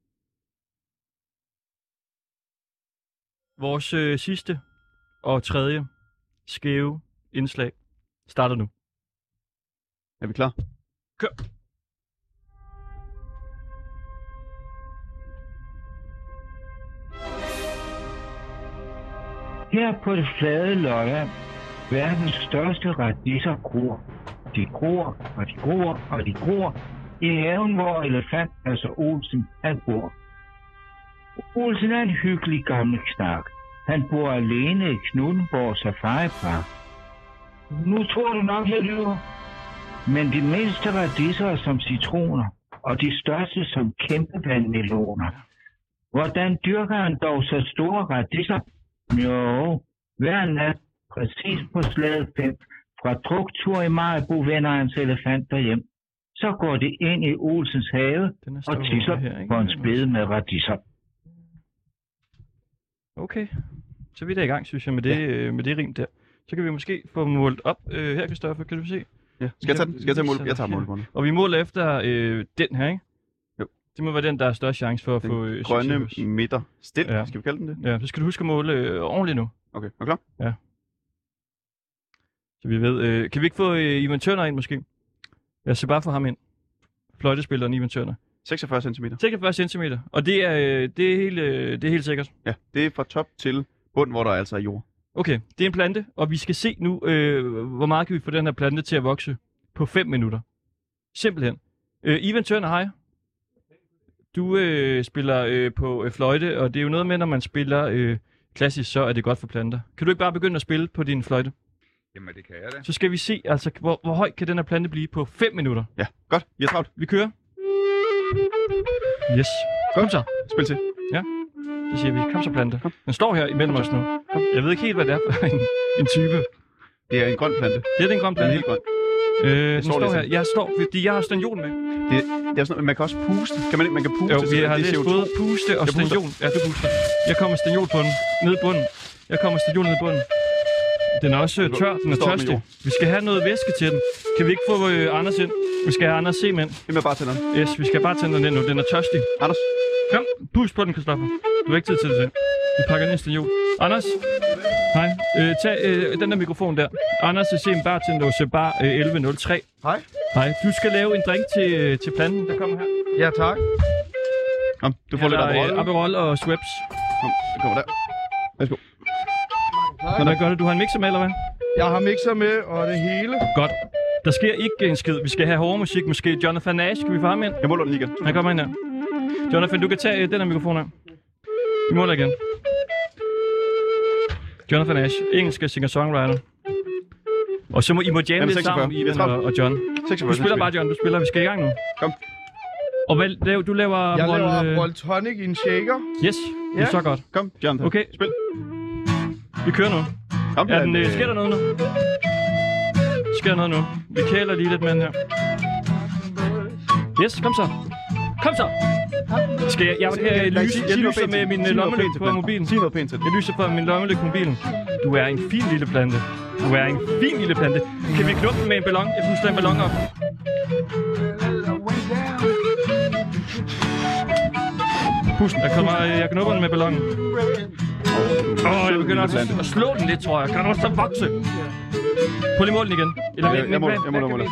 [SPEAKER 1] Vores sidste og tredje skæve indslag starter nu.
[SPEAKER 3] Er vi klar?
[SPEAKER 1] Kør!
[SPEAKER 21] Her på det flade Lolland, verdens største radiser gror. De gror, og de gror, og de gror i haven, hvor elefant, altså Olsen, han bor. Olsen er en hyggelig gammel snak. Han bor alene i Knuthenborg Safaripark. Nu tror du nok, jeg lyver. Men de mindste radiser er som citroner, og de største som kæmpevandmeloner. Hvordan dyrker han dog så store radiser? Jo, hver nat, præcis på slaget 5, fra druktur i Maribo vender hans elefanter hjem. Så går de ind i Olsens have og tisser på en spæde med radiser.
[SPEAKER 1] Okay, så er vi da i gang, synes jeg, med det rim der. Så kan vi måske få målt op her, Christoffer, kan du se?
[SPEAKER 3] Ja. Skal jeg tage mål? Jeg tager mål på det.
[SPEAKER 1] Og vi måler efter den her, ikke? Jo. Det må være den, der er størst chance for at få...
[SPEAKER 3] grønne midter stil, ja. Skal vi kalde den det?
[SPEAKER 1] Ja, så skal du huske at måle ordentligt nu.
[SPEAKER 3] Okay, er du klar?
[SPEAKER 1] Ja. Så vi ved... kan vi ikke få Ivan Tørner ind, måske? Jeg skal bare få ham ind. Fløjtespilleren Ivan Tørner.
[SPEAKER 3] 46 cm.
[SPEAKER 1] 46 cm. Og det er helt sikkert?
[SPEAKER 3] Ja, det er fra top til bund, hvor der altså er jord.
[SPEAKER 1] Okay, det er en plante, og vi skal se nu, hvor meget kan vi få den her plante til at vokse på 5 minutter. Simpelthen. Ivan Tørner, hej. Du spiller på fløjte, og det er jo noget med, når man spiller klassisk, så er det godt for planter. Kan du ikke bare begynde at spille på din fløjte?
[SPEAKER 22] Jamen, det kan jeg da.
[SPEAKER 1] Så skal vi se, altså, hvor høj kan den her plante blive på 5 minutter?
[SPEAKER 3] Ja, godt. Vi er travlt.
[SPEAKER 1] Vi kører. Yes. Kom så.
[SPEAKER 3] Spil til.
[SPEAKER 1] Ja. Så siger vi, kom så plante. Kom. Den står her imellem os nu. Kom. Jeg ved ikke helt, hvad det er for en type.
[SPEAKER 3] Det er en grøn plante.
[SPEAKER 1] Det er en grøn plante?
[SPEAKER 3] Den er helt grøn.
[SPEAKER 1] Den står her. Fordi jeg har staniol med.
[SPEAKER 3] Det er sådan, man kan også puste. Man kan puste.
[SPEAKER 1] Jo, vi har lidt både puste og staniol. Ja, du puster. Jeg kommer staniol på den. Ned i bunden. Jeg kommer staniol ned i bunden. Den er også tør, den er tørstig. Vi skal have noget væske til den. Kan vi ikke få Anders ind? Vi skal have Anders Semen.
[SPEAKER 3] Det er bare tænder.
[SPEAKER 1] Yes, vi skal bare tænde den ind nu. Den er tørstig.
[SPEAKER 3] Anders.
[SPEAKER 1] Kom, pust på den, Christoffer. Du har ikke tid til det. Vi pakker den i staniol. Anders. Hej. Tag den der mikrofon der. Anders Semen, bartender hos bar 1103.
[SPEAKER 22] Hej.
[SPEAKER 1] Hej. Du skal lave en drink til planten, der kommer her.
[SPEAKER 22] Ja, tak.
[SPEAKER 3] Kom, du får lidt Aperol.
[SPEAKER 1] Aperol og Schweppes.
[SPEAKER 3] Kom, det kommer der. Værsgo.
[SPEAKER 1] Hvordan gør det? Du har en mixer med, eller hvad?
[SPEAKER 22] Jeg har mixer med, og det hele.
[SPEAKER 1] Godt. Der sker ikke en skid. Vi skal have hårde musik. Måske Jonathan Nash. Skal vi få ham ind?
[SPEAKER 3] Jeg måler den igen.
[SPEAKER 1] Han kommer ind her. Jonathan, du kan tage den her mikrofon her. Vi måler igen. Jonathan Nash. Engelske singer-songwriter. Og så må I jamme lidt sammen, Ivan og John.
[SPEAKER 3] 46,
[SPEAKER 1] du spiller bare, John. Du spiller. Vi skal i gang nu.
[SPEAKER 3] Kom.
[SPEAKER 1] Og hvad du laver...
[SPEAKER 22] Jeg laver Roll Tonic i en shaker.
[SPEAKER 1] Yes. Det er så godt.
[SPEAKER 3] Kom, Jonathan.
[SPEAKER 1] Okay.
[SPEAKER 3] Spil.
[SPEAKER 1] Vi kører nu.
[SPEAKER 3] Kom,
[SPEAKER 1] sker der noget nu? Sker noget nu? Vi kæler lige lidt med den her. Yes, kom så. Kom så. Skal jeg lyser med min lommelygte på mobilen.
[SPEAKER 3] Sig noget pænt til.
[SPEAKER 1] Jeg lyser på min lommelygte på mobilen. Du er en fin lille plante. Du er en fin lille plante. Kan vi knuppe den med en ballon? Jeg puster en ballon op. Pusten, jeg knupper den med ballonen. Jeg begynder også at slå den lidt, tror jeg. Kan den også vokse? Prøv lige mål den igen.
[SPEAKER 3] Jeg måler.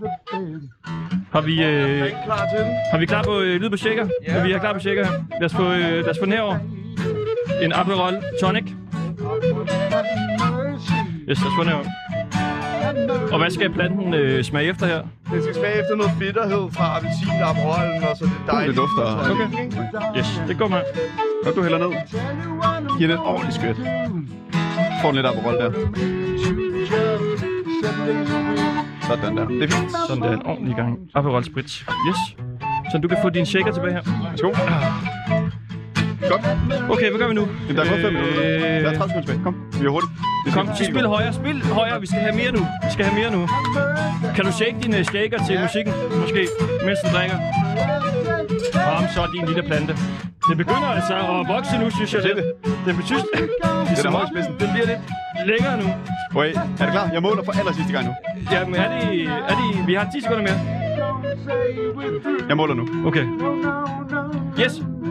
[SPEAKER 1] Har vi klar på lyd på shaker? Ja. Vi er klar på shaker her. Lad os få den herover. En Aperol Tonic. Yes, lad os få den herover. Og hvad skal planten smage efter her?
[SPEAKER 22] Det skal smage efter noget bitterhed fra appelsin og aperollen, og så det dejlige.
[SPEAKER 3] Det dufter.
[SPEAKER 1] Okay. Yes, det går med.
[SPEAKER 3] Når du hælder ned, giver det et ordentligt skvæt. Får en lidt aperol der. Sådan der. Det er fint.
[SPEAKER 1] Sådan der, en ordentlig gang Aperol Spritz. Yes. Så du kan få din shaker tilbage her.
[SPEAKER 3] Værsgo. Godt.
[SPEAKER 1] Okay, hvad gør vi nu?
[SPEAKER 3] Der er gået 5 minutter. Der er 30 sekunder tilbage. Kom, vi er hurtigt.
[SPEAKER 1] Kom, så spil højere. Spil højere. Vi skal have mere nu. Kan du shake dine shaker til musikken, måske, mens du drikker? Kom så, din lille plante. Det begynder altså at vokse nu, synes jeg. Det betyder...
[SPEAKER 3] Det er højt spidsen.
[SPEAKER 1] Den bliver lidt længere nu.
[SPEAKER 3] Okay, er du klar? Jeg måler for aller sidste gang nu.
[SPEAKER 1] Jamen, er de... Vi har 10 sekunder mere.
[SPEAKER 3] Jeg måler nu.
[SPEAKER 1] Okay. Yes.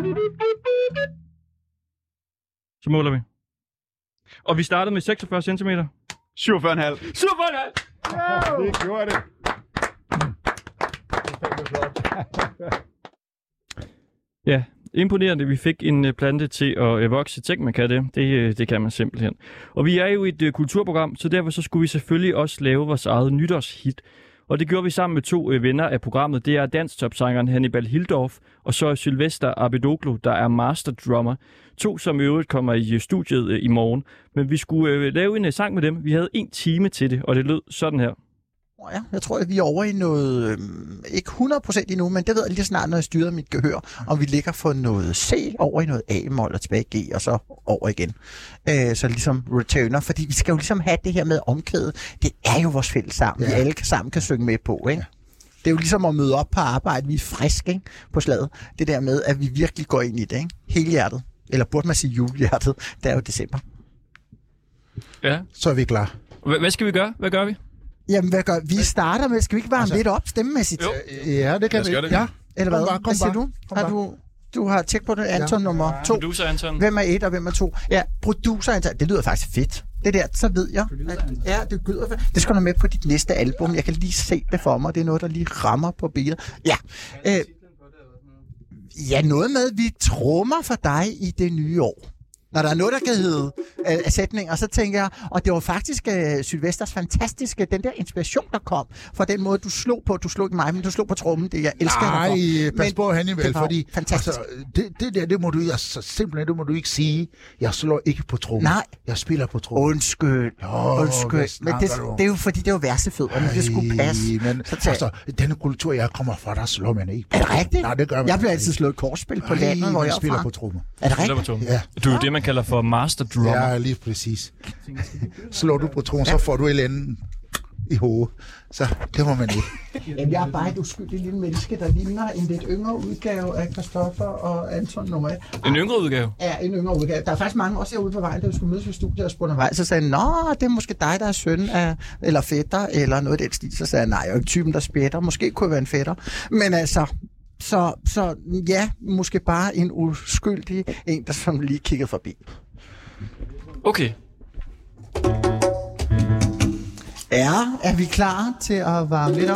[SPEAKER 1] Så måler vi. Og vi startede med 46 cm.
[SPEAKER 3] 47,5.
[SPEAKER 1] 47,5!
[SPEAKER 22] Det gjorde det.
[SPEAKER 1] Ja, imponerende. Vi fik en plante til at vokse. Tænk, man kan det. Det kan man simpelthen. Og vi er jo et kulturprogram, så derfor så skulle vi selvfølgelig også lave vores eget nytårshit. Og det gjorde vi sammen med 2 venner af programmet. Det er dansktopsangeren Hannibal Hildorf, og så er Sylvester Abedoglu, der er master drummer. 2, som i øvrigt kommer i studiet i morgen. Men vi skulle lave en sang med dem. Vi havde 1 time til det, og det lød sådan her.
[SPEAKER 2] Ja, jeg tror, at vi er over i noget, ikke 100% endnu, men det ved jeg lige snart, når jeg styrer mit gehør, om vi ligger for noget C over i noget A-mol og tilbage G, og så over igen. Så ligesom returner, fordi vi skal jo ligesom have det her med omkvædet. Det er jo vores fælles sammen, vi alle sammen kan synge med på, ikke? Det er jo ligesom at møde op på arbejde, vi er friske, ikke? På slaget. Det der med, at vi virkelig går ind i det, ikke? Hele hjertet. Eller burde man sige julehjertet, det er jo december.
[SPEAKER 1] Ja.
[SPEAKER 22] Så er vi klar.
[SPEAKER 1] Hvad skal vi gøre? Hvad gør vi?
[SPEAKER 2] Jamen, hvad gør vi? Starter med, skal vi ikke varme lidt op stemmemæssigt?
[SPEAKER 22] Ja, det kan vi. Ja.
[SPEAKER 2] Eller hvad? Hvad siger du? Du har tjekket på det, Anton nummer 2.
[SPEAKER 1] Producer Anton.
[SPEAKER 2] Hvem er 1 og hvem er 2? Ja, producer Anton. Det lyder faktisk fedt. Det der, så ved jeg. Ja, det lyder fedt. Det skal du med på dit næste album. Jeg kan lige se det for mig. Det er noget, der lige rammer på benet. Ja. Ja, noget med, vi trommer for dig i det nye år. Når der er noget, der kan hedde sætninger, så tænker jeg, og det var faktisk Sylvesters fantastiske, den der inspiration, der kom fra den måde, du slog på. Du slog ikke mig, men du slog på trommen. Det jeg elsker dig for.
[SPEAKER 22] Nej, pas på Hannibal, fordi
[SPEAKER 2] fantastisk.
[SPEAKER 22] Altså, det må du simpelthen, det må du ikke sige. Jeg slår ikke på trommen.
[SPEAKER 2] Nej.
[SPEAKER 22] Jeg spiller på trommen.
[SPEAKER 2] Undskyld. Men det er jo fordi, det er jo versefødderne, det skulle passe.
[SPEAKER 22] Men altså, denne kultur, jeg kommer fra, der slår man ikke på.
[SPEAKER 2] Er det rigtigt?
[SPEAKER 22] Nej, det gør man.
[SPEAKER 2] Jeg bliver altid slået kortspil på landet, hvor jeg
[SPEAKER 22] spiller på trommen.
[SPEAKER 2] Er det rigtigt?
[SPEAKER 22] Ja.
[SPEAKER 1] Du er jo det, man kalder for master drummer.
[SPEAKER 22] Ja, lige præcis. Slår du på trommen, så får du et eller andet i hovedet. Så det må man ikke.
[SPEAKER 2] Jamen, jeg er bare et uskyldigt lille menneske, der ligner en lidt yngre udgave af Christoffer og Anton nummer 1.
[SPEAKER 1] En yngre udgave?
[SPEAKER 2] Ja, en yngre udgave. Der er faktisk mange også herude på vejen, der skulle mødes ved studiet og spurgte vej. Så sagde nå, det er måske dig, der er søn af, eller fætter, eller noget af den stil. Så sagde jeg, nej, jeg er jo ikke typen, der spætter. Måske kunne jeg være en fætter. Men altså, så ja, måske bare en uskyldig en, der som lige kiggede forbi.
[SPEAKER 1] Okay.
[SPEAKER 2] Er vi klar til at varme lidt op?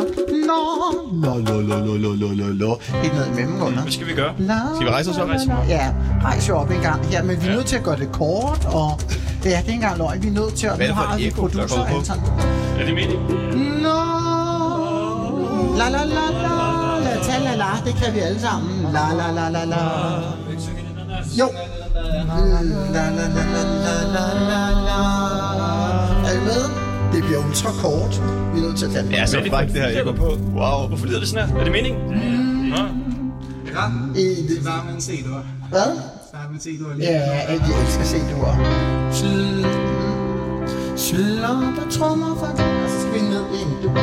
[SPEAKER 2] Helt ned i mellemrunder.
[SPEAKER 1] Hvad skal vi gøre?
[SPEAKER 3] Skal vi rejse os op?
[SPEAKER 2] Ja, rejse op en gang. Ja, men vi er nødt til at gøre det kort, og det er ikke engang løgn. Vi er nødt til at...
[SPEAKER 3] Hvad er det for et eko, der er gået på?
[SPEAKER 1] Er det meningen?
[SPEAKER 2] La la la la. Ta la la, det kan vi alle sammen. La la la la la. Jo. La la la la la la. Er I med? Det bliver ultra kort. Vi er nødt til at tage den.
[SPEAKER 3] Ja, så faktisk det her, jeg går på. Wow.
[SPEAKER 1] Hvorfor lyder det sådan her? Er det meningen?
[SPEAKER 22] Ja, det var med en C-dur.
[SPEAKER 2] Hvad?
[SPEAKER 22] Det var med en C-dur.
[SPEAKER 2] Ja, jeg elsker C-dur. Slå på trommer for dig. Og så skal vi ned i en dur.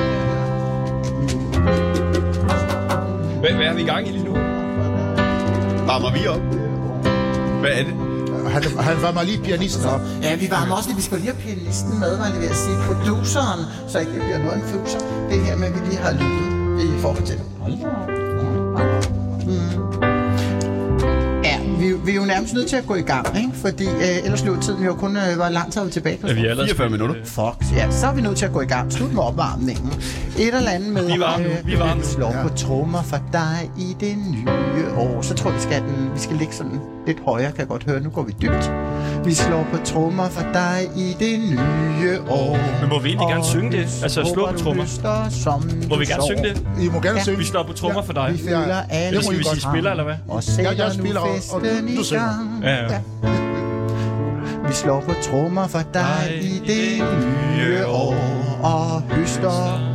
[SPEAKER 3] Hvad er vi i gang i lige nu? Varmer vi op? Hvad er det?
[SPEAKER 22] Han varmer lige pianisten op.
[SPEAKER 2] Ja, vi varmer også lige. Vi skal lige have pianisten med, var jeg ved at sige. Produceren, så ikke det bliver noget en fuser. Det her med, at vi lige har lyden i forhold til det. Ja, vi er jo nærmest nødt til at gå i gang, ikke? Fordi ellers løb tiden jo kun, hvor lang tid er vi tilbage?
[SPEAKER 3] Er vi allerede 44 minutter?
[SPEAKER 2] Fuck, ja, så er vi nødt til at gå i gang. Slut med opvarmningen. Et eller andet med...
[SPEAKER 3] Vi varme.
[SPEAKER 2] Slår på trommer for dig i det nye år. Så tror jeg, vi skal ligge sådan lidt højere, kan jeg godt høre. Nu går vi dybt. Vi slår på trommer for dig i det nye år.
[SPEAKER 1] Men må vi egentlig gerne synge det? Altså slå på trommer? Må vi gerne synge det?
[SPEAKER 22] I må gerne synge.
[SPEAKER 1] Vi slår på trommer for dig.
[SPEAKER 2] Vi føler alle.
[SPEAKER 1] Skal vi sige spiller, eller hvad?
[SPEAKER 2] Og sætter
[SPEAKER 22] spiller,
[SPEAKER 2] nu festen i gang.
[SPEAKER 1] Ja.
[SPEAKER 2] Vi slår på trommer for dig i det nye år. Og høster,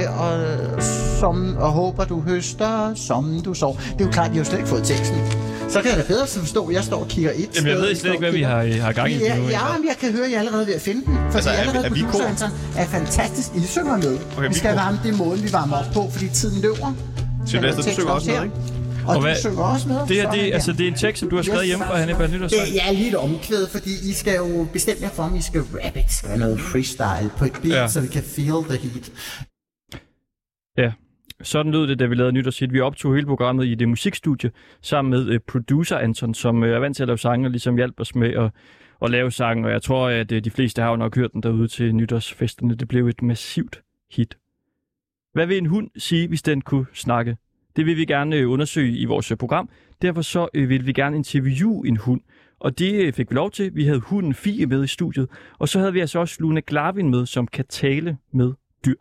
[SPEAKER 2] og håber du høster, som du sov. Det er jo klart, at I har slet ikke fået teksten. Så kan jeg da bedre forstå, at jeg står og kigger et sted.
[SPEAKER 1] Jamen, jeg ved slet ikke, hvad vi har gang i nu.
[SPEAKER 2] Ja, men jeg kan høre, at jeg er allerede ved at finde den. Fordi allerede producer er fantastisk. I synger med. Okay, vi skal varme det måden, vi varmer op på, fordi tiden løber.
[SPEAKER 3] Sylvester, du synger også med, ikke?
[SPEAKER 2] Og du synger også med.
[SPEAKER 1] Det er en tekst, som du har skrevet hjemme fra Hannibal Nytårsdag.
[SPEAKER 2] Det er lidt omkvædet, fordi I skal jo bestemme jer for, om I skal rap it. Skal noget freestyle på et beat, så vi kan feel the heat.
[SPEAKER 1] Ja. Sådan lød det, da vi lavede Nytårshit. Vi optog hele programmet i det musikstudie sammen med producer Anton, som er vant til at lave sange og ligesom hjalp os med at lave sange. Og jeg tror, at de fleste har jo nok hørt den derude til nytårsfesterne. Det blev et massivt hit. Hvad vil en hund sige, hvis den kunne snakke? Det vil vi gerne undersøge i vores program. Derfor så vil vi gerne interviewe en hund. Og det fik vi lov til. Vi havde hunden Fie med i studiet. Og så havde vi altså også Luna Glavin med, som kan tale med dyr.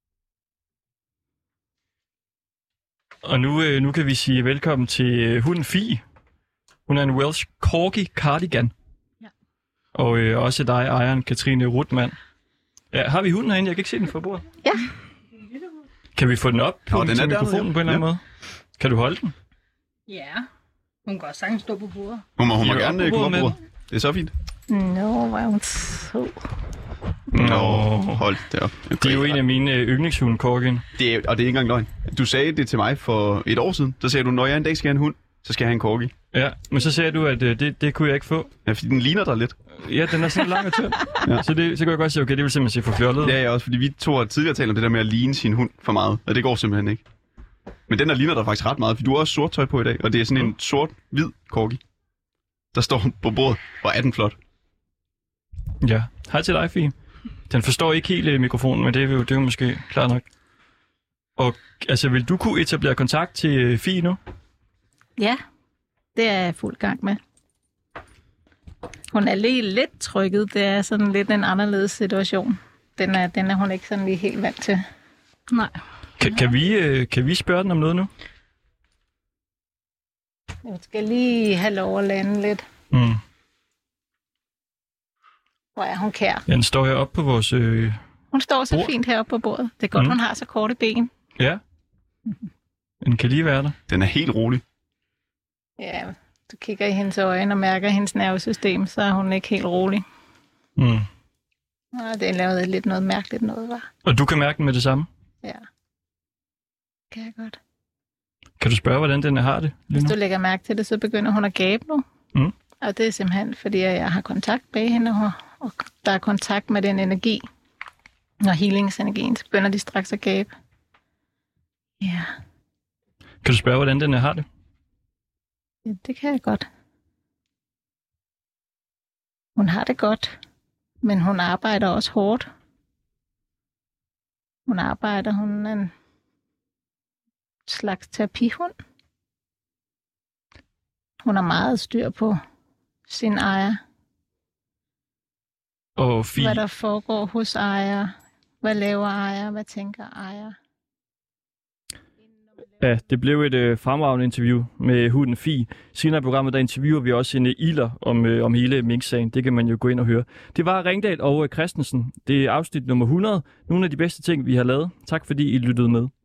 [SPEAKER 1] Og nu kan vi sige velkommen til hunden Fie. Hun er en Welsh Corgi Cardigan. Ja. Og også dig, ejeren Katrine Rutmann. Ja, har vi hunden herinde? Jeg kan ikke se den fra bordet.
[SPEAKER 4] Ja.
[SPEAKER 1] Kan vi få den op på den mikrofonen på en eller anden måde? Kan du holde den?
[SPEAKER 4] Ja. Hun kan også sagtens stå på bordet.
[SPEAKER 3] Hun må gerne komme op på bordet. Det er så fint.
[SPEAKER 4] Nå, hvor er hun så...
[SPEAKER 3] Nå, hold det op. Okay.
[SPEAKER 1] Det er jo en af mine yndlingshunde, Corgien.
[SPEAKER 3] Og det er ikke engang løgn. Du sagde det til mig for et år siden. Så sagde du, når jeg en dag skal have en hund, så skal jeg have en Corgi.
[SPEAKER 1] Ja, men så sagde du, at det kunne jeg ikke få.
[SPEAKER 3] Ja, fordi den ligner dig lidt.
[SPEAKER 1] Ja, den er sådan lang og tynd. Ja. Så kunne jeg godt sige, okay, det vil simpelthen se for fjollet.
[SPEAKER 3] Ja, også, fordi vi to har tidligere talt om det der med at ligne sin hund for meget. Og det går simpelthen ikke. Men den der ligner dig faktisk ret meget, for du har også sort tøj på i dag. Og det er sådan en sort-hvid Corgi. Der står på bordet, og er den flot.
[SPEAKER 1] Ja, hej til dig, Fie. Den forstår ikke helt mikrofonen, men det er jo måske klart nok. Og altså, vil du kunne etablere kontakt til Fie nu?
[SPEAKER 4] Ja, det er jeg fuld gang med. Hun er lige lidt trykket. Det er sådan lidt en anderledes situation. Den er hun ikke sådan lige helt vant til. Nej.
[SPEAKER 1] Kan vi spørge den om noget nu?
[SPEAKER 4] Jeg skal lige have lov at lande lidt. Hvor er hun kær?
[SPEAKER 1] Ja, den står heroppe på vores
[SPEAKER 4] Hun står så bord. Fint heroppe på bordet. Det er godt, hun har så korte ben.
[SPEAKER 1] Ja. Den kan lige være der.
[SPEAKER 3] Den er helt rolig.
[SPEAKER 4] Ja, du kigger i hendes øjne og mærker hendes nervesystem, så er hun ikke helt rolig. Og det er lavet lidt noget mærkeligt noget, var.
[SPEAKER 1] Og du kan mærke den med det samme?
[SPEAKER 4] Ja. Kan jeg godt.
[SPEAKER 1] Kan du spørge, hvordan den har det?
[SPEAKER 4] Hvis du lægger mærke til det, så begynder hun at gabe nu. Og det er simpelthen, fordi jeg har kontakt bag hende, og der er kontakt med den energi. Og healingsenergien, så begynder de straks at gabe. Ja.
[SPEAKER 1] Kan du spørge, hvordan den har det?
[SPEAKER 4] Ja, det kan jeg godt. Hun har det godt, men hun arbejder også hårdt. Hun er en slags terapihund. Hun har meget styr på sin ejer.
[SPEAKER 1] Og
[SPEAKER 4] hvad der foregår hos ejer. Hvad laver ejer? Hvad tænker ejer?
[SPEAKER 1] Ja, det blev et fremragende interview med hunden Fie. Senere i programmet, der interviewer vi også en iler om hele Mink-sagen. Det kan man jo gå ind og høre. Det var Ringdal og Christensen. Det er afsnit nummer 100. Nogle af de bedste ting, vi har lavet. Tak fordi I lyttede med.